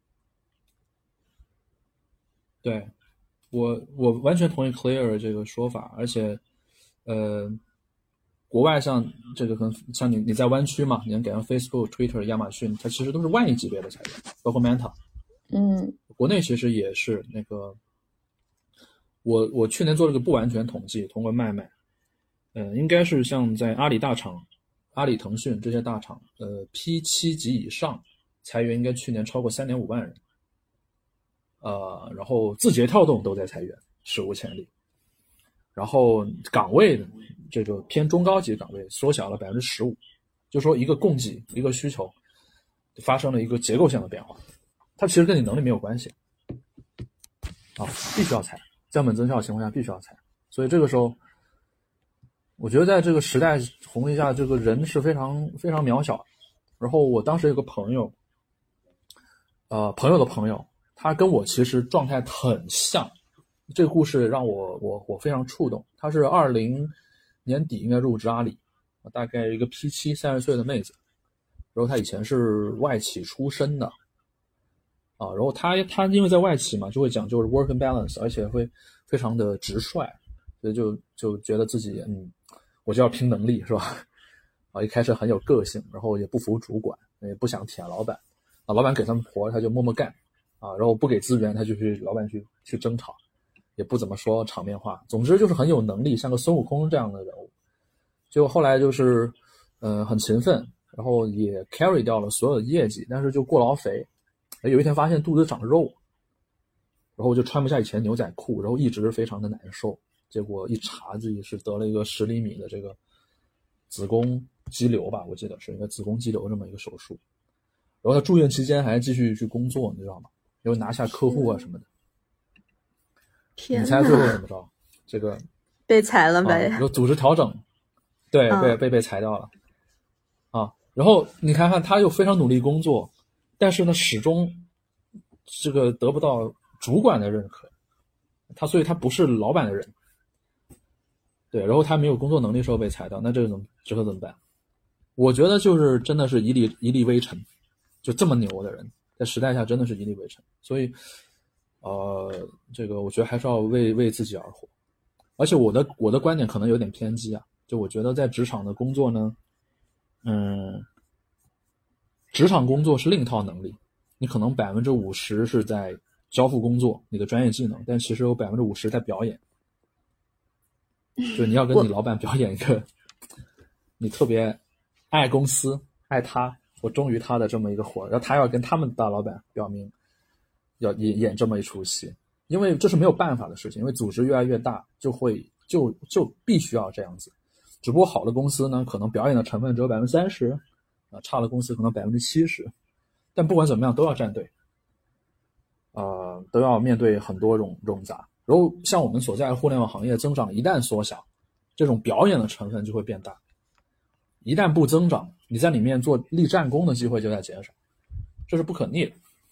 对，我我完全同意 Claire 这个说法，而且，呃，国外像这个可能像你你在湾区嘛，你能赶上 Facebook、Twitter、亚马逊，它其实都是万亿级别的裁员，包括 Meta。 嗯， 国内其实也是那个，我我去年做了个不完全统计，通过卖卖，呃，应该是像在阿里大厂、阿里、腾讯这些大厂，呃 ，P 七级以上裁员应该去年超过三点五万人。呃，然后字节跳动都在裁员，史无前例。然后岗位这个偏中高级岗位缩小了百分之十五，就说一个供给一个需求发生了一个结构性的变化，它其实跟你能力没有关系啊，必须要裁，降本增效的情况下必须要裁。所以这个时候，我觉得在这个时代红利下，这个人是非常非常渺小。然后我当时有个朋友，呃，朋友的朋友。他跟我其实状态很像，这个故事让我我我非常触动。他是二零年底应该入职阿里，大概一个 P 七三十岁的妹子，然后他以前是外企出身的，啊，然后他他因为在外企嘛，就会讲究 work and balance， 而且会非常的直率，所以就就觉得自己嗯，我就要拼能力是吧？啊，一开始很有个性，然后也不服主管，也不想舔老板，啊，老板给他们活他就默默干。啊，然后不给资源，他就去老板去去争吵，也不怎么说场面话。总之就是很有能力，像个孙悟空这样的人物。结果后来就是，呃，很勤奋，然后也 carry 掉了所有的业绩，但是就过劳肥。有一天发现肚子长肉，然后就穿不下以前牛仔裤，然后一直非常的难受。结果一查自己是得了一个十厘米的这个子宫肌瘤吧，我记得是一个子宫肌瘤这么一个手术。然后他住院期间还继续去工作，你知道吗？又拿下客户啊什么的， 天， 你猜最后怎么着？这个被裁了呗， 啊、有组织调整，对，被被被裁掉了啊。然后你看看他又非常努力工作，但是呢始终这个得不到主管的认可，他所以他不是老板的人，对，然后他没有工作能力的时候被裁掉，那这个怎么之后怎么办？我觉得就是真的是一粒一粒微尘，就这么牛的人。在时代下真的是一粒微尘，所以，呃，这个我觉得还是要为为自己而活。而且我的我的观点可能有点偏激啊，就我觉得在职场的工作呢，嗯，职场工作是另一套能力，你可能百分之五十是在交付工作，你的专业技能，但其实有百分之五十在表演，就你要跟你老板表演一个你特别爱公司爱他。我忠于他的这么一个活，然后他要跟他们大老板表明要演演这么一出戏，因为这是没有办法的事情，因为组织越来越大，就会就就必须要这样子。只不过好的公司呢，可能表演的成分只有百分之三十，啊，差的公司可能百分之七十，但不管怎么样都要站队，呃，都要面对很多种冗杂。然后像我们所在的互联网行业增长一旦缩小，这种表演的成分就会变大。一旦不增长，你在里面做立战功的机会就在减少，这是不可逆的。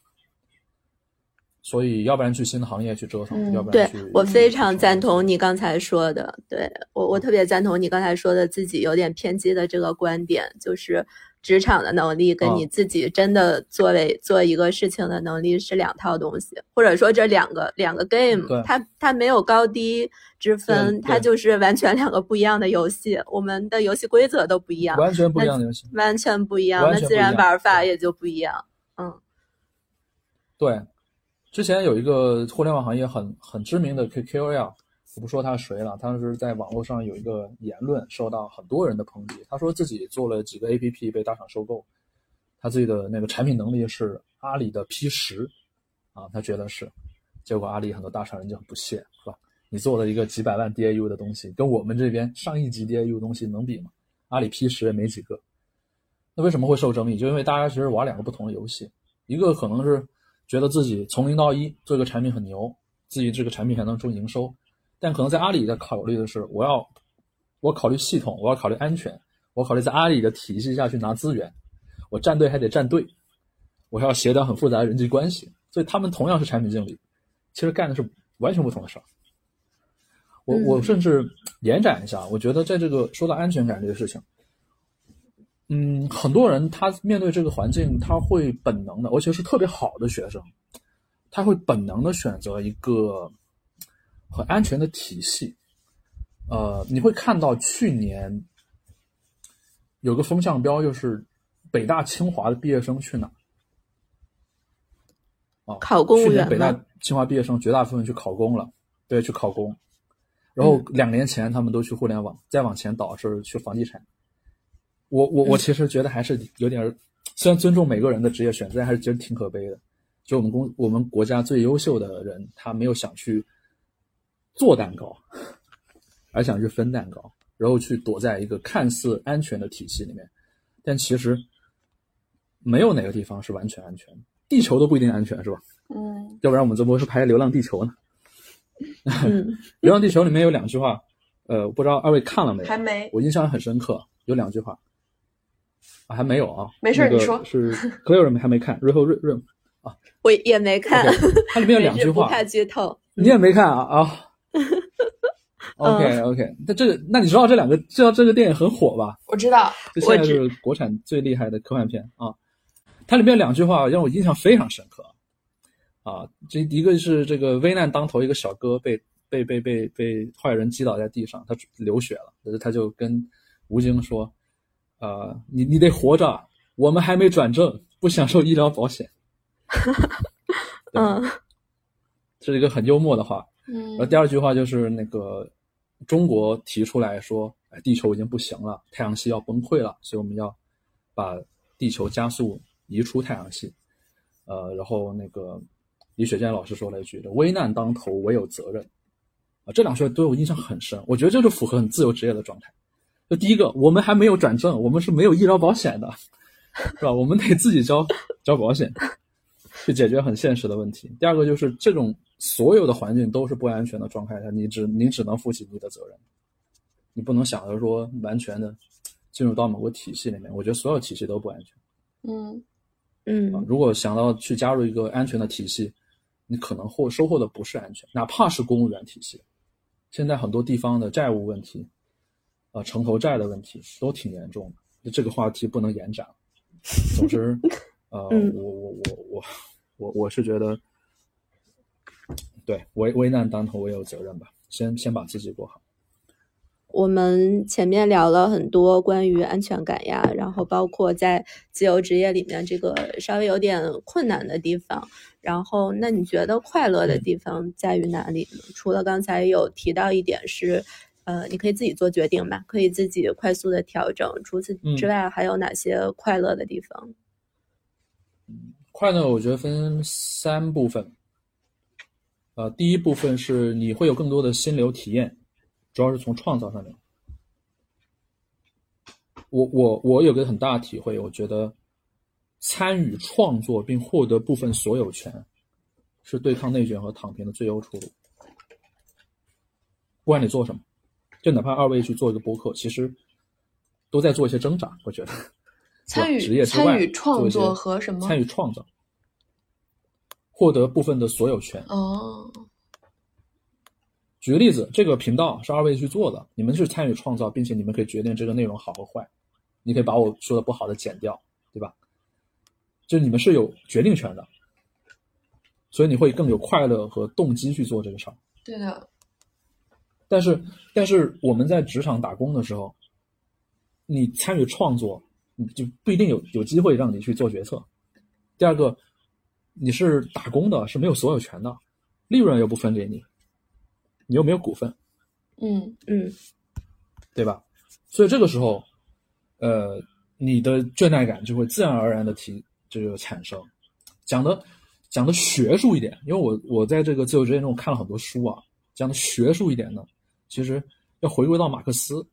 所以要不然去新的行业去折腾， 嗯、 要不然去。 对，我非常赞同你刚才说的，对，我我特别赞同你刚才说的自己有点偏激的这个观点，就是职场的能力跟你自己真的作为、哦、做一个事情的能力是两套东西，或者说这两个两个 game， 它它没有高低之分，它就是完全两个不一样的游戏，我们的游戏规则都不一样， 完全不一样的游戏， 完全不一样，那自然玩法也就不一样，嗯， 对。之前有一个互联网行业很很知名的 K O L， 我不说他是谁了，他是在网络上有一个言论受到很多人的抨击。他说自己做了几个 A P P 被大厂收购，他自己的那个产品能力是阿里的 P 十 啊，他觉得是。 结果阿里很多大厂人就很不屑，是吧？你做了一个几百万 D A U 的东西，跟我们这边上亿级 D A U 的东西能比吗？阿里 P 十也没几个。那为什么会受争议？就因为大家其实玩两个不同的游戏，一个可能是觉得自己从零到一做一个产品很牛，自己这个产品还能出营收，但可能在阿里在考虑的是，我要我考虑系统，我要考虑安全，我考虑在阿里的体系下去拿资源，我站队还得站队，我还要协调很复杂的人际关系，所以他们同样是产品经理，其实干的是完全不同的事儿。我我甚至延展一下，我觉得在这个说到安全感这个事情，嗯，很多人他面对这个环境，他会本能的，而且是特别好的学生，他会本能的选择一个很安全的体系。呃，你会看到去年有个风向标，就是北大清华的毕业生去哪？啊， 考公务员吗？ 去年北大清华毕业生绝大部分去考公了，对，去考公。然后两年前他们都去互联网，再往前倒是去房地产。我我我其实觉得还是有点，虽然尊重每个人的职业选择，但还是觉得挺可悲的。就我们公我们国家最优秀的人，他没有想去做蛋糕，而想去分蛋糕，然后去躲在一个看似安全的体系里面，但其实没有哪个地方是完全安全的，地球都不一定安全，是吧？ 嗯， 要不然我们怎么是拍《流浪地球》呢？ 嗯， 流浪地球里面有两句话，呃，不知道二位看了没有？ 还没， 我印象很深刻，有两句话，啊，还没有啊， 没事、那个、你说。 是 Claire 还没看，瑞后瑞瑞啊， 我也没看。 Okay, 它里面有两句话， 不怕剧透。 你也没看啊啊？OK OK， 那这个，那你知道这两个，知道这个电影很火吧？ 我知道， 这现在是国产最厉害的科幻片啊。它里面有两句话让我印象非常深刻。啊，这一个是这个危难当头，一个小哥被被被被被坏人击倒在地上，他流血了，可是他就跟吴京说，呃，你你得活着，我们还没转正，不享受医疗保险。 嗯， 这是一个很幽默的话。 嗯， 然后第二句话就是那个中国提出来说，哎，地球已经不行了，太阳系要崩溃了，所以我们要把地球加速移出太阳系。呃，然后那个李雪健老师说了一句：“危难当头，唯有责任。”啊，这两句对我印象很深。我觉得这就符合很自由职业的状态。就第一个，我们还没有转正，我们是没有医疗保险的，是吧？我们得自己交交保险，去解决很现实的问题。第二个就是这种所有的环境都是不安全的状态下，你只你只能负起你的责任，你不能想着说完全的进入到某个体系里面。我觉得所有体系都不安全。 嗯嗯、 啊，如果想到去加入一个安全的体系，你可能获收获的不是安全，哪怕是公务员体系。现在很多地方的债务问题，呃，城投债的问题都挺严重的。这个话题不能延展。总之，呃， 嗯、 我我我我我我是觉得，对，危危难当头，我有责任吧，先先把自己过好。 我们前面聊了很多关于安全感呀，然后包括在自由职业里面这个稍微有点困难的地方，然后那你觉得快乐的地方在于哪里呢？嗯、除了刚才有提到一点是，呃，你可以自己做决定嘛，可以自己快速的调整，除此之外还有哪些快乐的地方？ 嗯，快乐我觉得分三部分。呃，第一部分是你会有更多的心流体验。主要是从创造上面，我我我有个很大的体会，我觉得参与创作并获得部分所有权，是对抗内卷和躺平的最优出路。不管你做什么，就哪怕二位去做一个播客，其实都在做一些挣扎。我觉得参与职业之外参与创作和什么？ 参与创造，获得部分的所有权。 哦。 举个例子，这个频道是二位去做的，你们是参与创造，并且你们可以决定这个内容好和坏，你可以把我说的不好的剪掉，对吧？就你们是有决定权的，所以你会更有快乐和动机去做这个事儿。 对的。 但是，但是我们在职场打工的时候，你参与创作，你就不一定有有机会让你去做决策。第二个，你是打工的，是没有所有权的，利润又不分给你。你又没有股份， 嗯嗯， 对吧？所以这个时候，呃，你的倦怠感就会自然而然的提这个产生。讲的讲的学术一点，因为我我在这个自由职业中看了很多书啊，讲的学术一点呢，其实要回归到马克思。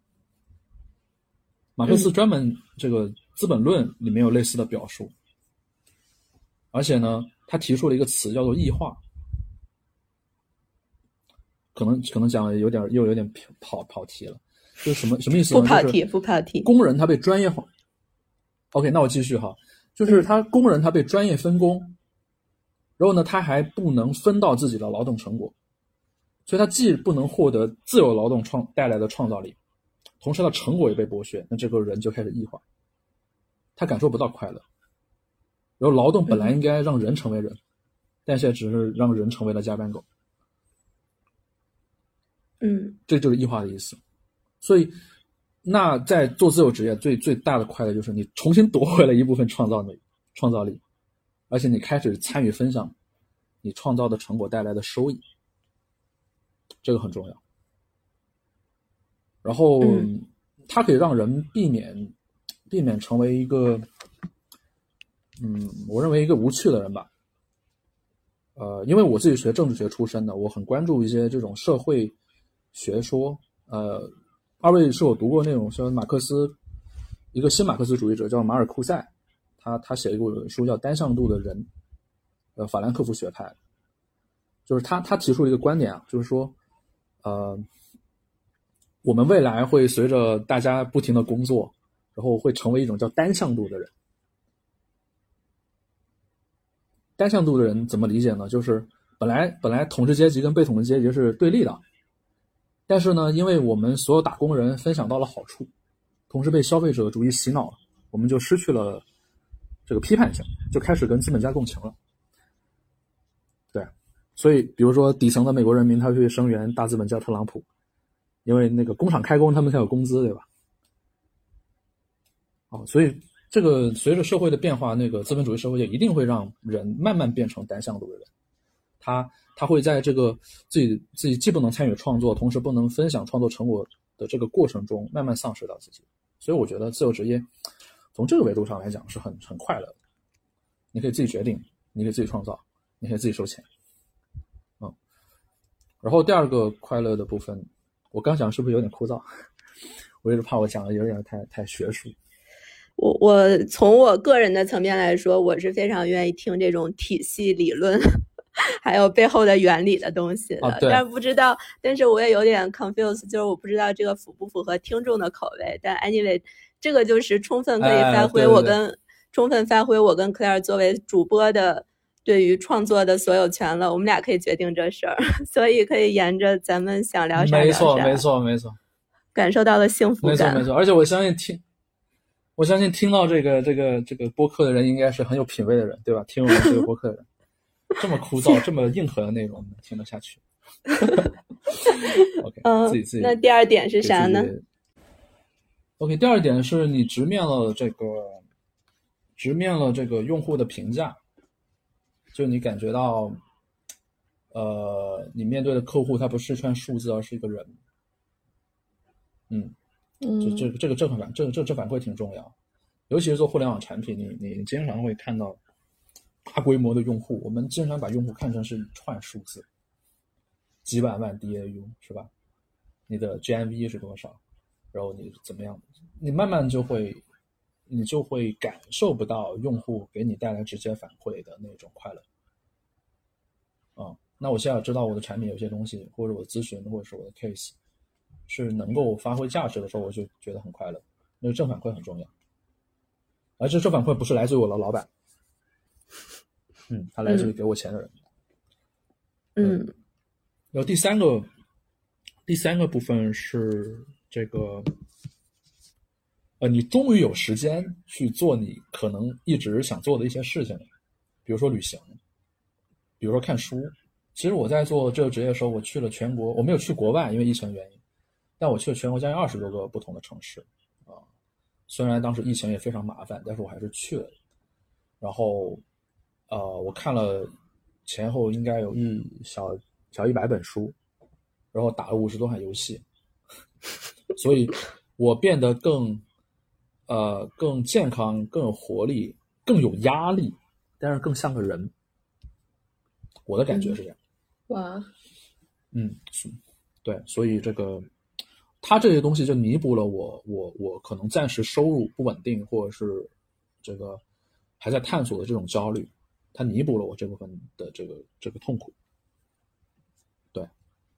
马克思专门这个《资本论》里面有类似的表述，而且呢，他提出了一个词叫做异化，可能可能讲的有点又有点跑跑题了，就是什么什么意思呢？ 不跑题，不跑题。 工人他被专业化。OK， 那我继续哈，就是他工人他被专业分工，然后呢，他还不能分到自己的劳动成果，所以他既不能获得自由劳动创带来的创造力，同时他的成果也被剥削，那这个人就开始异化，他感受不到快乐。然后劳动本来应该让人成为人，嗯、但现在只是让人成为了加班狗。 嗯， 这就是异化的意思。所以，那在做自由职业最最大的快乐就是你重新夺回了一部分创造力，创造力，而且你开始参与分享你创造的成果带来的收益，这个很重要。然后，嗯、它可以让人避免避免成为一个，嗯，我认为一个无趣的人吧。呃，因为我自己学政治学出身的，我很关注一些这种社会学说。呃，二位是有读过那种像马克思，一个新马克思主义者叫马尔库塞，他他写一本书叫《单向度的人》，呃，法兰克福学派，就是他他提出了一个观点啊，就是说，呃。我们未来会随着大家不停的工作，然后会成为一种叫单向度的人。单向度的人怎么理解呢？就是本来本来统治阶级跟被统治阶级是对立的，但是呢，因为我们所有打工人分享到了好处，同时被消费者主义洗脑了，我们就失去了这个批判性，就开始跟资本家共情了。对，所以比如说底层的美国人民，他会声援大资本家特朗普。因为那个工厂开工他们才有工资，对吧？哦，所以这个随着社会的变化，那个资本主义社会就一定会让人慢慢变成单向度的人。他他会在这个自己自己既不能参与创作，同时不能分享创作成果的这个过程中，慢慢丧失到自己。所以我觉得自由职业从这个维度上来讲是很很快乐的。你可以自己决定，你可以自己创造，你可以自己收钱。嗯，然后第二个快乐的部分。我刚讲是不是有点枯燥？我一直怕我讲的有点太太学术。 我我从我个人的层面来说，我是非常愿意听这种体系理论，还有背后的原理的东西的。 啊、对。 但是不知道，但是我也有点 confused， 就是我不知道这个符不符合听众的口味。但 anyway， 这个就是充分可以发挥我跟、哎、对对对充分发挥我跟 Claire 作为主播的。对于创作的所有权了，我们俩可以决定这事儿，所以可以沿着咱们想聊啥聊啥。 没错，没错，没错， 感受到了幸福感。 没错，没错。而且我相信听，我相信听到这个这个这个播客的人，应该是很有品味的人，对吧？听我们这个播客的人，这么枯燥、这么硬核的内容，听得下去。OK， 嗯， 自己自己。 那第二点是啥呢 ？OK， 第二点是你直面了这个，直面了这个用户的评价。就你感觉到，呃，你面对的客户他不是一串数字，而是一个人。嗯，这这这个正反这这这反馈挺重要，尤其是做互联网产品，你你经常会看到大规模的用户，我们经常把用户看成是一串数字，几百万 D A U 是吧？你的 G M V 是多少？然后你怎么样？你慢慢就会。你就会感受不到用户给你带来直接反馈的那种快乐。啊，那我现在知道我的产品有些东西，或者我的咨询，或者是我的 case 是能够发挥价值的时候，我就觉得很快乐。那个正反馈很重要，而这正反馈不是来自于我的老板，嗯，它来自于给我钱的人。 嗯， 嗯然后第三个，第三个部分是这个。呃，你终于有时间去做你可能一直想做的一些事情了，比如说旅行，比如说看书。其实我在做这个职业的时候，我去了全国，我没有去国外，因为疫情原因，但我去了全国将近二十多个不同的城市啊、呃。虽然当时疫情也非常麻烦，但是我还是去了。然后，呃，我看了前后应该有一小小一百本书，然后打了五十多款游戏，所以我变得更。呃，更健康、更有活力、更有压力，但是更像个人。 我的感觉是这样。 哇， 嗯，是，对，所以这个它这些东西就弥补了我我我可能暂时收入不稳定，或者是这个还在探索的这种焦虑，它弥补了我这部分的这个这个痛苦。对，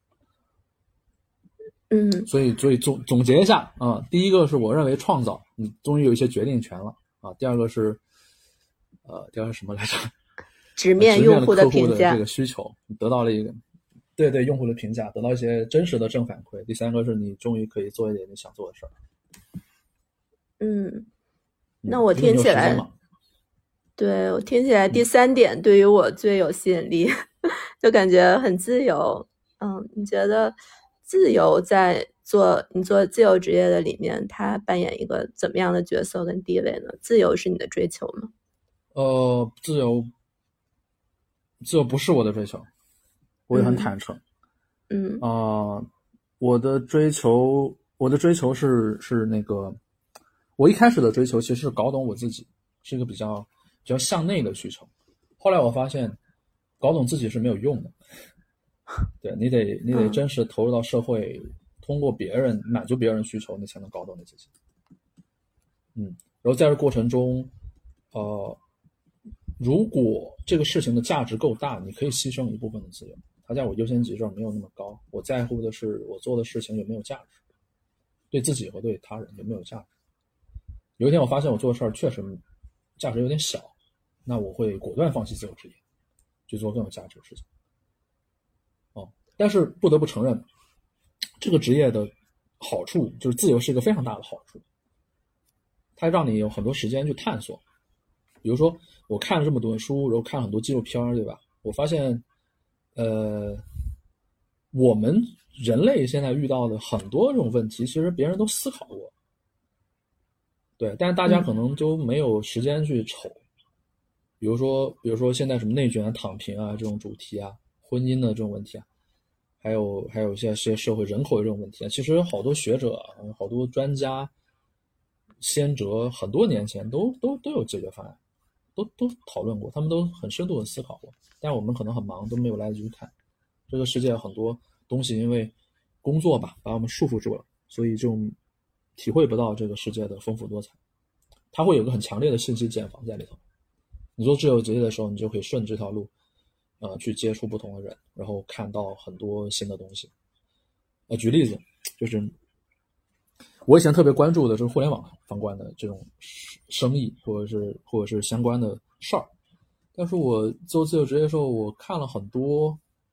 嗯， 所以所以总总结一下啊、第一个是我认为创造，你终于有一些决定权了啊。第二个是呃，第二个是什么来着？ 直面用户的评价， 这个需求，你得到了一个对对用户的评价，得到一些真实的正反馈。第三个是你终于可以做一点你想做的事儿。 嗯，那我听起来， 嗯、 对我听起来第三点对于我最有吸引力，嗯、就感觉很自由。嗯，你觉得自由在做你做自由职业的里面，它扮演一个怎么样的角色跟地位呢？自由是你的追求吗？ 呃，自由，自由不是我的追求，我也很坦诚。 嗯啊、呃，我的追求，我的追求是是那个，我一开始的追求其实是搞懂我自己，是一个比较比较向内的需求。后来我发现，搞懂自己是没有用的。对，你得你得真实投入到社会，嗯、通过别人满足别人需求，你才能搞懂你自己。嗯，然后在这过程中，呃。如果这个事情的价值够大，你可以牺牲一部分的自由。它在我优先级这儿没有那么高，我在乎的是我做的事情有没有价值，对自己和对他人有没有价值。有一天我发现我做的事儿确实价值有点小，那我会果断放弃自由职业，去做更有价值的事情。哦，但是不得不承认，这个职业的好处就是自由是一个非常大的好处，它让你有很多时间去探索。比如说我看了这么多书，然后看很多纪录片，对吧？我发现呃我们人类现在遇到的很多这种问题，其实别人都思考过，对，但是大家可能就没有时间去瞅。比如说比如说现在什么内卷啊、躺平啊这种主题啊，婚姻的这种问题啊，还有还有一些些社会人口的这种问题啊，其实好多学者、好多专家、先哲很多年前都都都有解决方案，都都讨论过，他们都很深度的思考过，但我们可能很忙，都没有来得及去看。这个世界很多东西因为工作吧把我们束缚住了，所以就体会不到这个世界的丰富多彩。它会有个很强烈的信息茧房在里头。你做自由职业的时候，你就可以顺这条路呃，去接触不同的人，然后看到很多新的东西。呃，举例子，就是我以前特别关注的就是互联网相关的这种生意，或者是或者是相关的事儿。但是我做自由职业的时候，我看了很多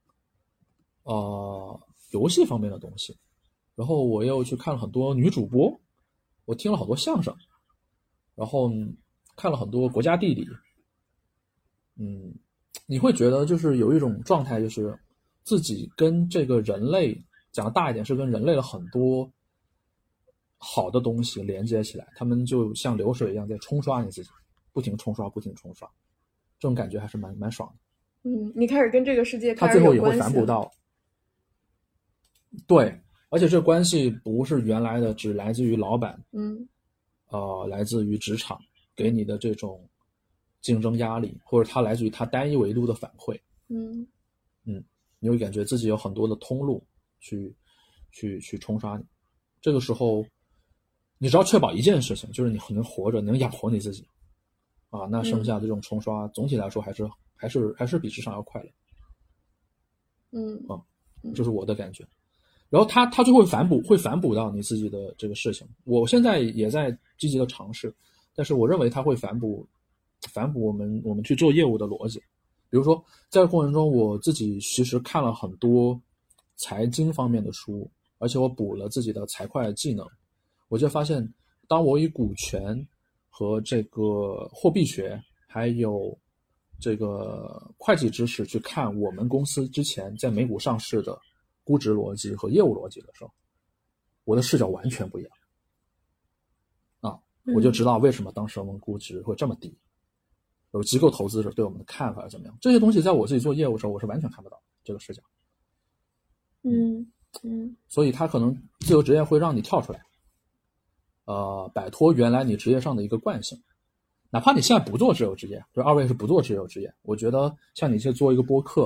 呃游戏方面的东西，然后我又去看了很多女主播，我听了好多相声，然后看了很多国家地理。嗯，你会觉得就是有一种状态，就是自己跟这个人类，讲的大一点是跟人类的很多好的东西连接起来，他们就像流水一样在冲刷你自己，不停冲刷不停冲刷，这种感觉还是蛮蛮爽的。 嗯，你开始跟这个世界他最后也会反哺到，对，而且这个关系不是原来的只来自于老板， 嗯， 呃，来自于职场给你的这种竞争压力，或者它来自于它单一维度的反馈。 嗯嗯，你会感觉自己有很多的通路去去去冲刷你。这个时候你只要确保一件事情，就是你能活着，能养活你自己啊，那剩下的这种冲刷、嗯、总体来说还是还是还是比职场要快乐。 嗯啊，这是我的感觉。然后它它就会反哺会反哺到你自己的这个事情。我现在也在积极的尝试，但是我认为它会反哺反哺我们我们去做业务的逻辑。比如说在这过程中，我自己其实看了很多财经方面的书，而且我补了自己的财会技能。我就发现，当我以股权和这个货币学还有这个会计知识去看我们公司之前在美股上市的估值逻辑和业务逻辑的时候，我的视角完全不一样啊！我就知道为什么当时我们估值会这么低，有机构投资者对我们的看法是怎么样。这些东西在我自己做业务的时候，我是完全看不到这个视角。 嗯嗯， 所以它可能自由职业会让你跳出来，呃，摆脱原来你职业上的一个惯性。哪怕你现在不做自由职业，就二位是不做自由职业，我觉得像你去做一个播客，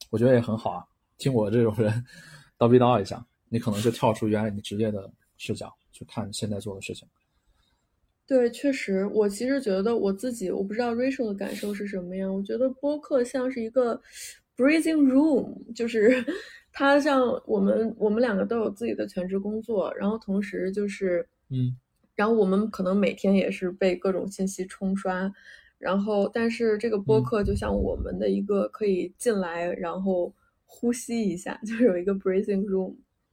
我觉得也很好啊。听我这种人叨逼叨一下，你可能就跳出原来你职业的视角去看现在做的事情。 对，确实，我其实觉得我自己，我不知道 Rachel 的感受是什么样。我觉得播客像是一个 breathing room，就是它像我们我们两个都有自己的全职工作，然后同时就是嗯， 然后我们可能每天也是被各种信息冲刷，然后但是这个播客就像我们的一个可以进来，然后呼吸一下，就是有一个 breathing room。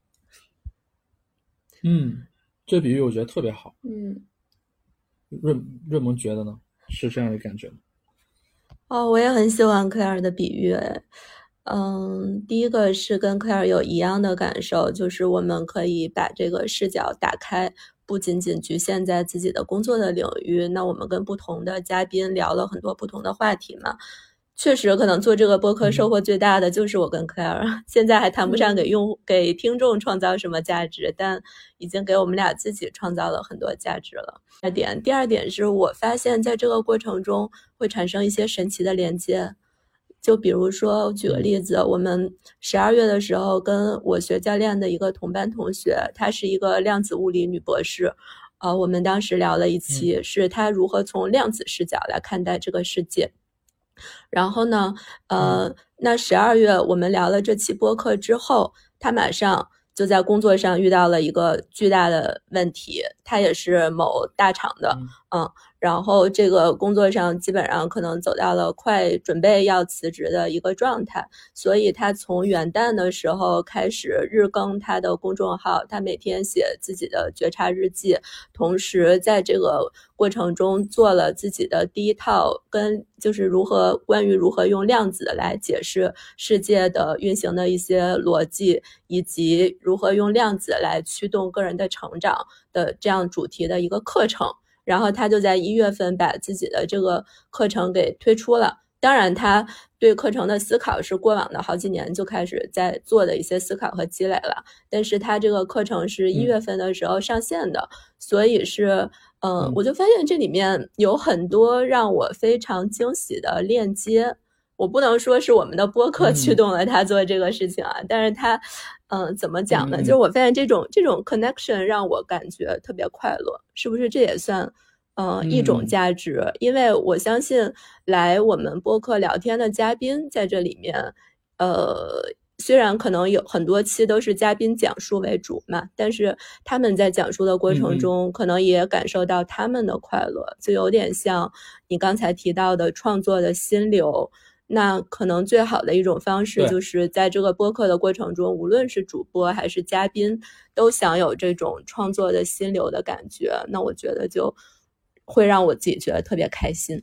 嗯，这比喻我觉得特别好。 嗯。 润润萌觉得呢？是这样的感觉吗？ 哦，我也很喜欢克莱尔的比喻。嗯，第一个是跟克莱尔有一样的感受，就是我们可以把这个视角打开，不仅仅局限在自己的工作的领域。那我们跟不同的嘉宾聊了很多不同的话题嘛。确实可能做这个播客收获最大的就是我跟 Claire， 现在还谈不上给用户、嗯、给听众创造什么价值，但已经给我们俩自己创造了很多价值了。第二点，第二点是我发现在这个过程中会产生一些神奇的连接。就比如说举个例子，我们十二月的时候跟我学教练的一个同班同学，她是一个量子物理女博士，呃，我们当时聊了一期，是她如何从量子视角来看待这个世界。然后呢，呃，那十二月我们聊了这期播客之后，他马上就在工作上遇到了一个巨大的问题，他也是某大厂的，嗯，嗯然后这个工作上基本上可能走到了快准备要辞职的一个状态，所以他从元旦的时候开始日更他的公众号，他每天写自己的觉察日记，同时在这个过程中做了自己的第一套跟就是如何关于如何用量子来解释世界的运行的一些逻辑，以及如何用量子来驱动个人的成长的这样主题的一个课程。然后他就在一月份把自己的这个课程给推出了。当然他对课程的思考是过往的好几年就开始在做的一些思考和积累了，但是他这个课程是一月份的时候上线的，嗯、所以是嗯、呃，我就发现这里面有很多让我非常惊喜的链接。我不能说是我们的播客驱动了他做这个事情啊，嗯、但是他嗯、呃，怎么讲呢、嗯、就是我发现这种这种 connection 让我感觉特别快乐，是不是这也算嗯、呃、一种价值、嗯、因为我相信来我们播客聊天的嘉宾在这里面呃虽然可能有很多期都是嘉宾讲述为主嘛，但是他们在讲述的过程中可能也感受到他们的快乐，就有点像你刚才提到的创作的心流。那可能最好的一种方式就是在这个播客的过程中，无论是主播还是嘉宾都享有这种创作的心流的感觉，那我觉得就会让我自己觉得特别开心。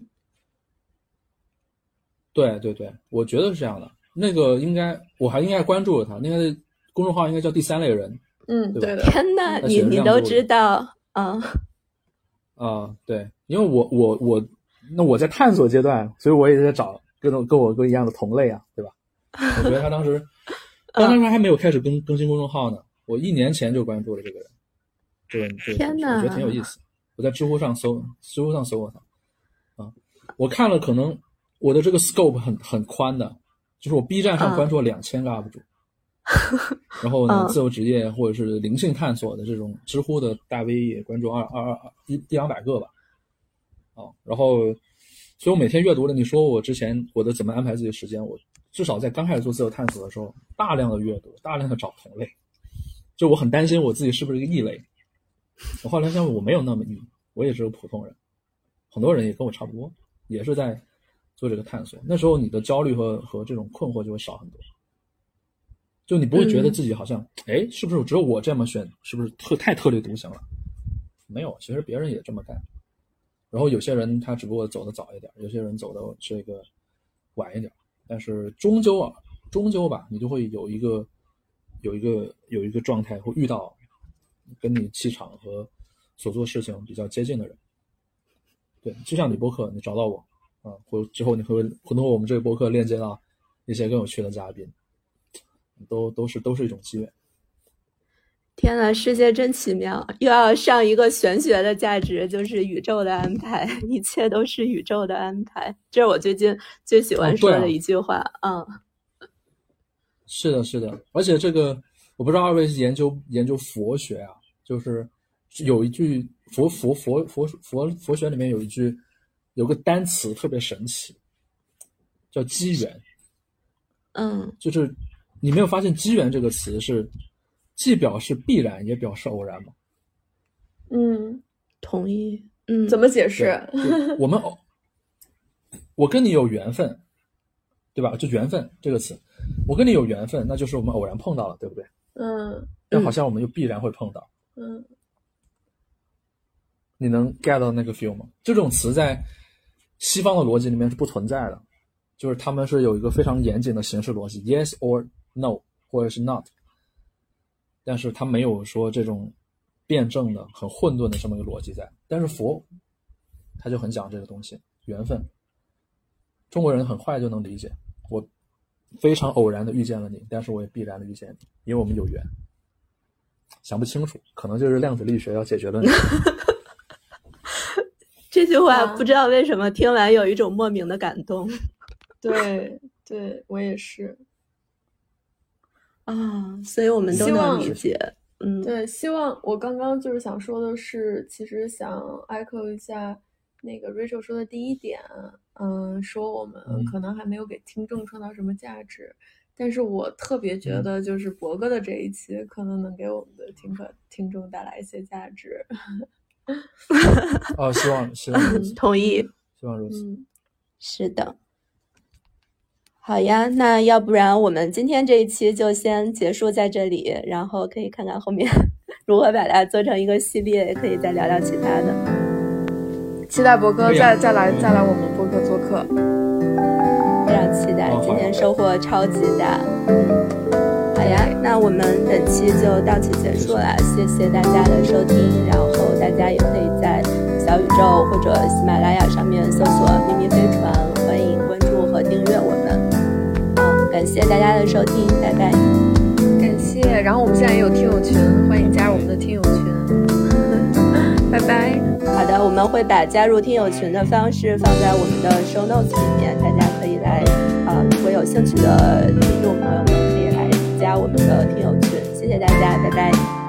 对对对，我觉得是这样的。那个应该我还应该关注了他，那个公众号应该叫第三类人。 嗯，对的。 天哪，你你都知道啊？ 啊，对，因为我我我那我在探索阶段，所以我也在找各种跟我跟一样的同类啊，对吧？我觉得他当时，他当时还没有开始更更新公众号呢，我一年前就关注了这个人，这个这个天哪， 我觉得挺有意思。我在知乎上搜，知乎上搜过他，啊，我看了，可能我的这个 scope 很很宽的，就是我 B 站上关注了两千个 U P 主，然后呢，自由职业或者是灵性探索的这种知乎的大 V 也关注二二二一一两百个吧，啊，然后。所以我每天阅读了，你说我之前我的怎么安排自己的时间，我至少在刚开始做自由探索的时候，大量的阅读，大量的找同类，就我很担心我自己是不是一个异类。我后来发现我没有那么异，我也是个普通人，很多人也跟我差不多，也是在做这个探索。那时候你的焦虑和和这种困惑就会少很多，就你不会觉得自己好像，哎、嗯，是不是只有我这么选，是不是特太特立独行了？没有，其实别人也这么干。然后有些人他只不过走得早一点，有些人走得这个晚一点，但是终究啊，终究吧，你就会有一个有一个有一个状态，会遇到跟你气场和所做事情比较接近的人。对，就像你播客，你找到我啊，或之后你会会通过我们这个播客链接到一些更有趣的嘉宾，都都是都是一种机缘。 天哪，世界真奇妙！又要上一个玄学的价值，就是宇宙的安排，一切都是宇宙的安排。这是我最近最喜欢说的一句话。哦啊、嗯， 是的，是的，而且这个我不知道二位是研究研究佛学啊，就是有一句佛佛佛佛佛佛学里面有一句有个单词特别神奇，叫机缘。 嗯， 就是你没有发现机缘这个词是既表示必然也表示偶然吗？ 嗯， 同意。嗯， 怎么解释？ 我们偶，我跟你有缘分，对吧？就缘分这个词，我跟你有缘分，那就是我们偶然碰到了，对不对？ 嗯， 但好像我们又必然会碰到。 嗯， 你能 get 到那个 feel 吗？这种词在西方的逻辑里面是不存在的，就是他们是有一个非常严谨的形式逻辑 ，yes or no， 或者是 not， 但是他没有说这种辩证的很混沌的这么一个逻辑在。但是佛他就很讲这个东西，缘分。中国人很快就能理解，我非常偶然的遇见了你，但是我也必然的遇见你，因为我们有缘。想不清楚，可能就是量子力学要解决论题。 这句话不知道为什么听完有一种莫名的感动。 对对，我也是啊，所以我们都能理解。嗯， 对，希望我刚刚就是想说的是，其实想 echo 一下那个 Rachel 说的第一点，嗯，说我们可能还没有给听众创造什么价值，嗯、但是我特别觉得就是博哥的这一期可能能给我们的听客听众带来一些价值。 哦，希望希望如此， 同意， 希望如此。 嗯， 是的。好呀，那要不然我们今天这一期就先结束在这里，然后可以看看后面如何把它做成一个系列，也可以再聊聊其他的。 期待博哥再再来再来我们播客做客， 非常期待，今天收获超级大。嗯，好呀，那我们本期就到此结束了，谢谢大家的收听，然后大家也可以在小宇宙或者喜马拉雅上面搜索秘密飞船，欢迎关注和订阅我们。好，感谢大家的收听，拜拜。 感谢，然后我们现在也有听友群，欢迎加入我们的听友群。拜拜。 好的，我们会把加入听友群的方式放在我们的 show notes 里面，大家可以来，呃，如果有兴趣的听众朋友们可以来加我们的听友群。谢谢大家，拜拜。